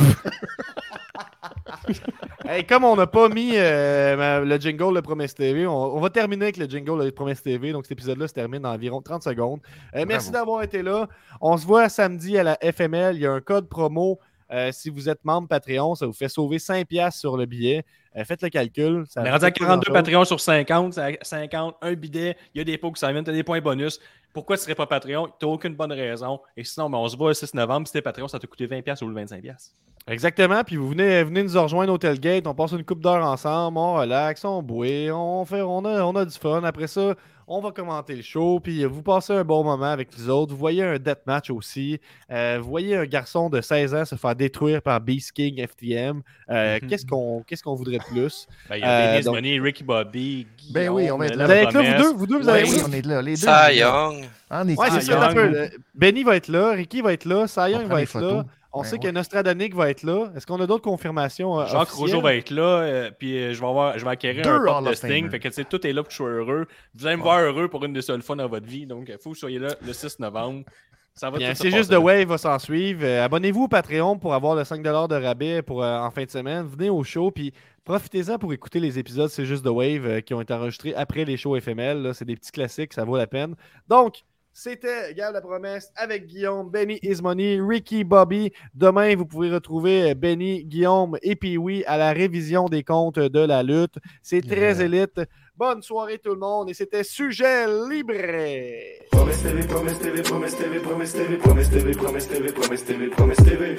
Hey, comme on n'a pas mis euh, ma- le jingle de Promesse T V, on, on va terminer avec le jingle de Promesse T V. Donc, cet épisode-là se termine dans environ trente secondes. Euh, merci d'avoir été là. On se voit samedi à la F M L. Il y a un code promo. Euh, si vous êtes membre Patreon, ça vous fait sauver cinq dollars sur le billet. Euh, faites le calcul. Ça On est vous rendu à coûte pas quarante-deux grand-chose. Patreons sur cinquante. C'est à cinquante, un bidet. Il y a des pots qui s'en viennent. Tu as des points bonus. Pourquoi tu ne serais pas Patreon? Tu n'as aucune bonne raison. Et sinon, ben, on se voit le six novembre. Si tu es Patreon, ça t'a coûté vingt dollars ou le vingt-cinq dollars. Exactement. Puis vous venez, venez nous rejoindre au tailgate. On passe une coupe d'heures ensemble. On relaxe, on boit, on, fait, on, a, on a du fun. Après ça, on va commenter le show. Puis vous passez un bon moment avec les autres. Vous voyez un deathmatch aussi. Euh, vous voyez un garçon de seize ans se faire détruire par Beast King F T M. Euh, Mhm. qu'est-ce qu'on qu'est-ce qu'on voudrait de plus? Ben, il y a Euh, Denise donc- Money, Ricky Bobby, Guillaume, Ben oui, on va être là. Vous allez être là, vous Promesse. deux? Vous deux, vous Ouais, allez oui, être là? on est là. Les deux. Cy on est là. Young. En est Ouais, Ah, c'est ça, Young. un peu. Euh, Benny va être là, Ricky va être là, Cy On Young prend va des être photos. là. On Ben sait ouais. que Nostradanic va être là. Est-ce qu'on a d'autres confirmations? euh, Jacques officielles? Rougeau va être là, euh, puis euh, je vais avoir, je vais acquérir Deux un pop Hall de of Sting. Famers. Fait que tu sais, tout est là pour que je sois heureux. Vous allez me voir heureux pour une des seules fois dans votre vie. Donc, il faut que vous soyez là le six novembre. Ça va Bien, tout se c'est juste passer de là. Wave va s'en suivre. Euh, abonnez-vous au Patreon pour avoir le cinq dollars de rabais pour, euh, en fin de semaine. Venez au show, puis profitez-en pour écouter les épisodes C'est juste de Wave euh, qui ont été enregistrés après les shows F M L. là. C'est des petits classiques, ça vaut la peine. Donc, c'était Gab la promesse avec Guillaume, Benny Ismoney, Ricky Bobby. Demain, vous pouvez retrouver euh, Benny, Guillaume et Pee-Wee à la révision des comptes de la lutte. C'est très Yeah. élite. Bonne soirée tout le monde et c'était Sujet Libre. Promesse T V, Promesse T V, Promesse T V, Promesse T V, Promesse T V, Promesse T V, Promesse T V, Promesse T V.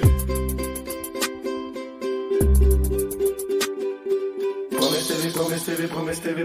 Promesse T V, Promesse T V, Promesse T V.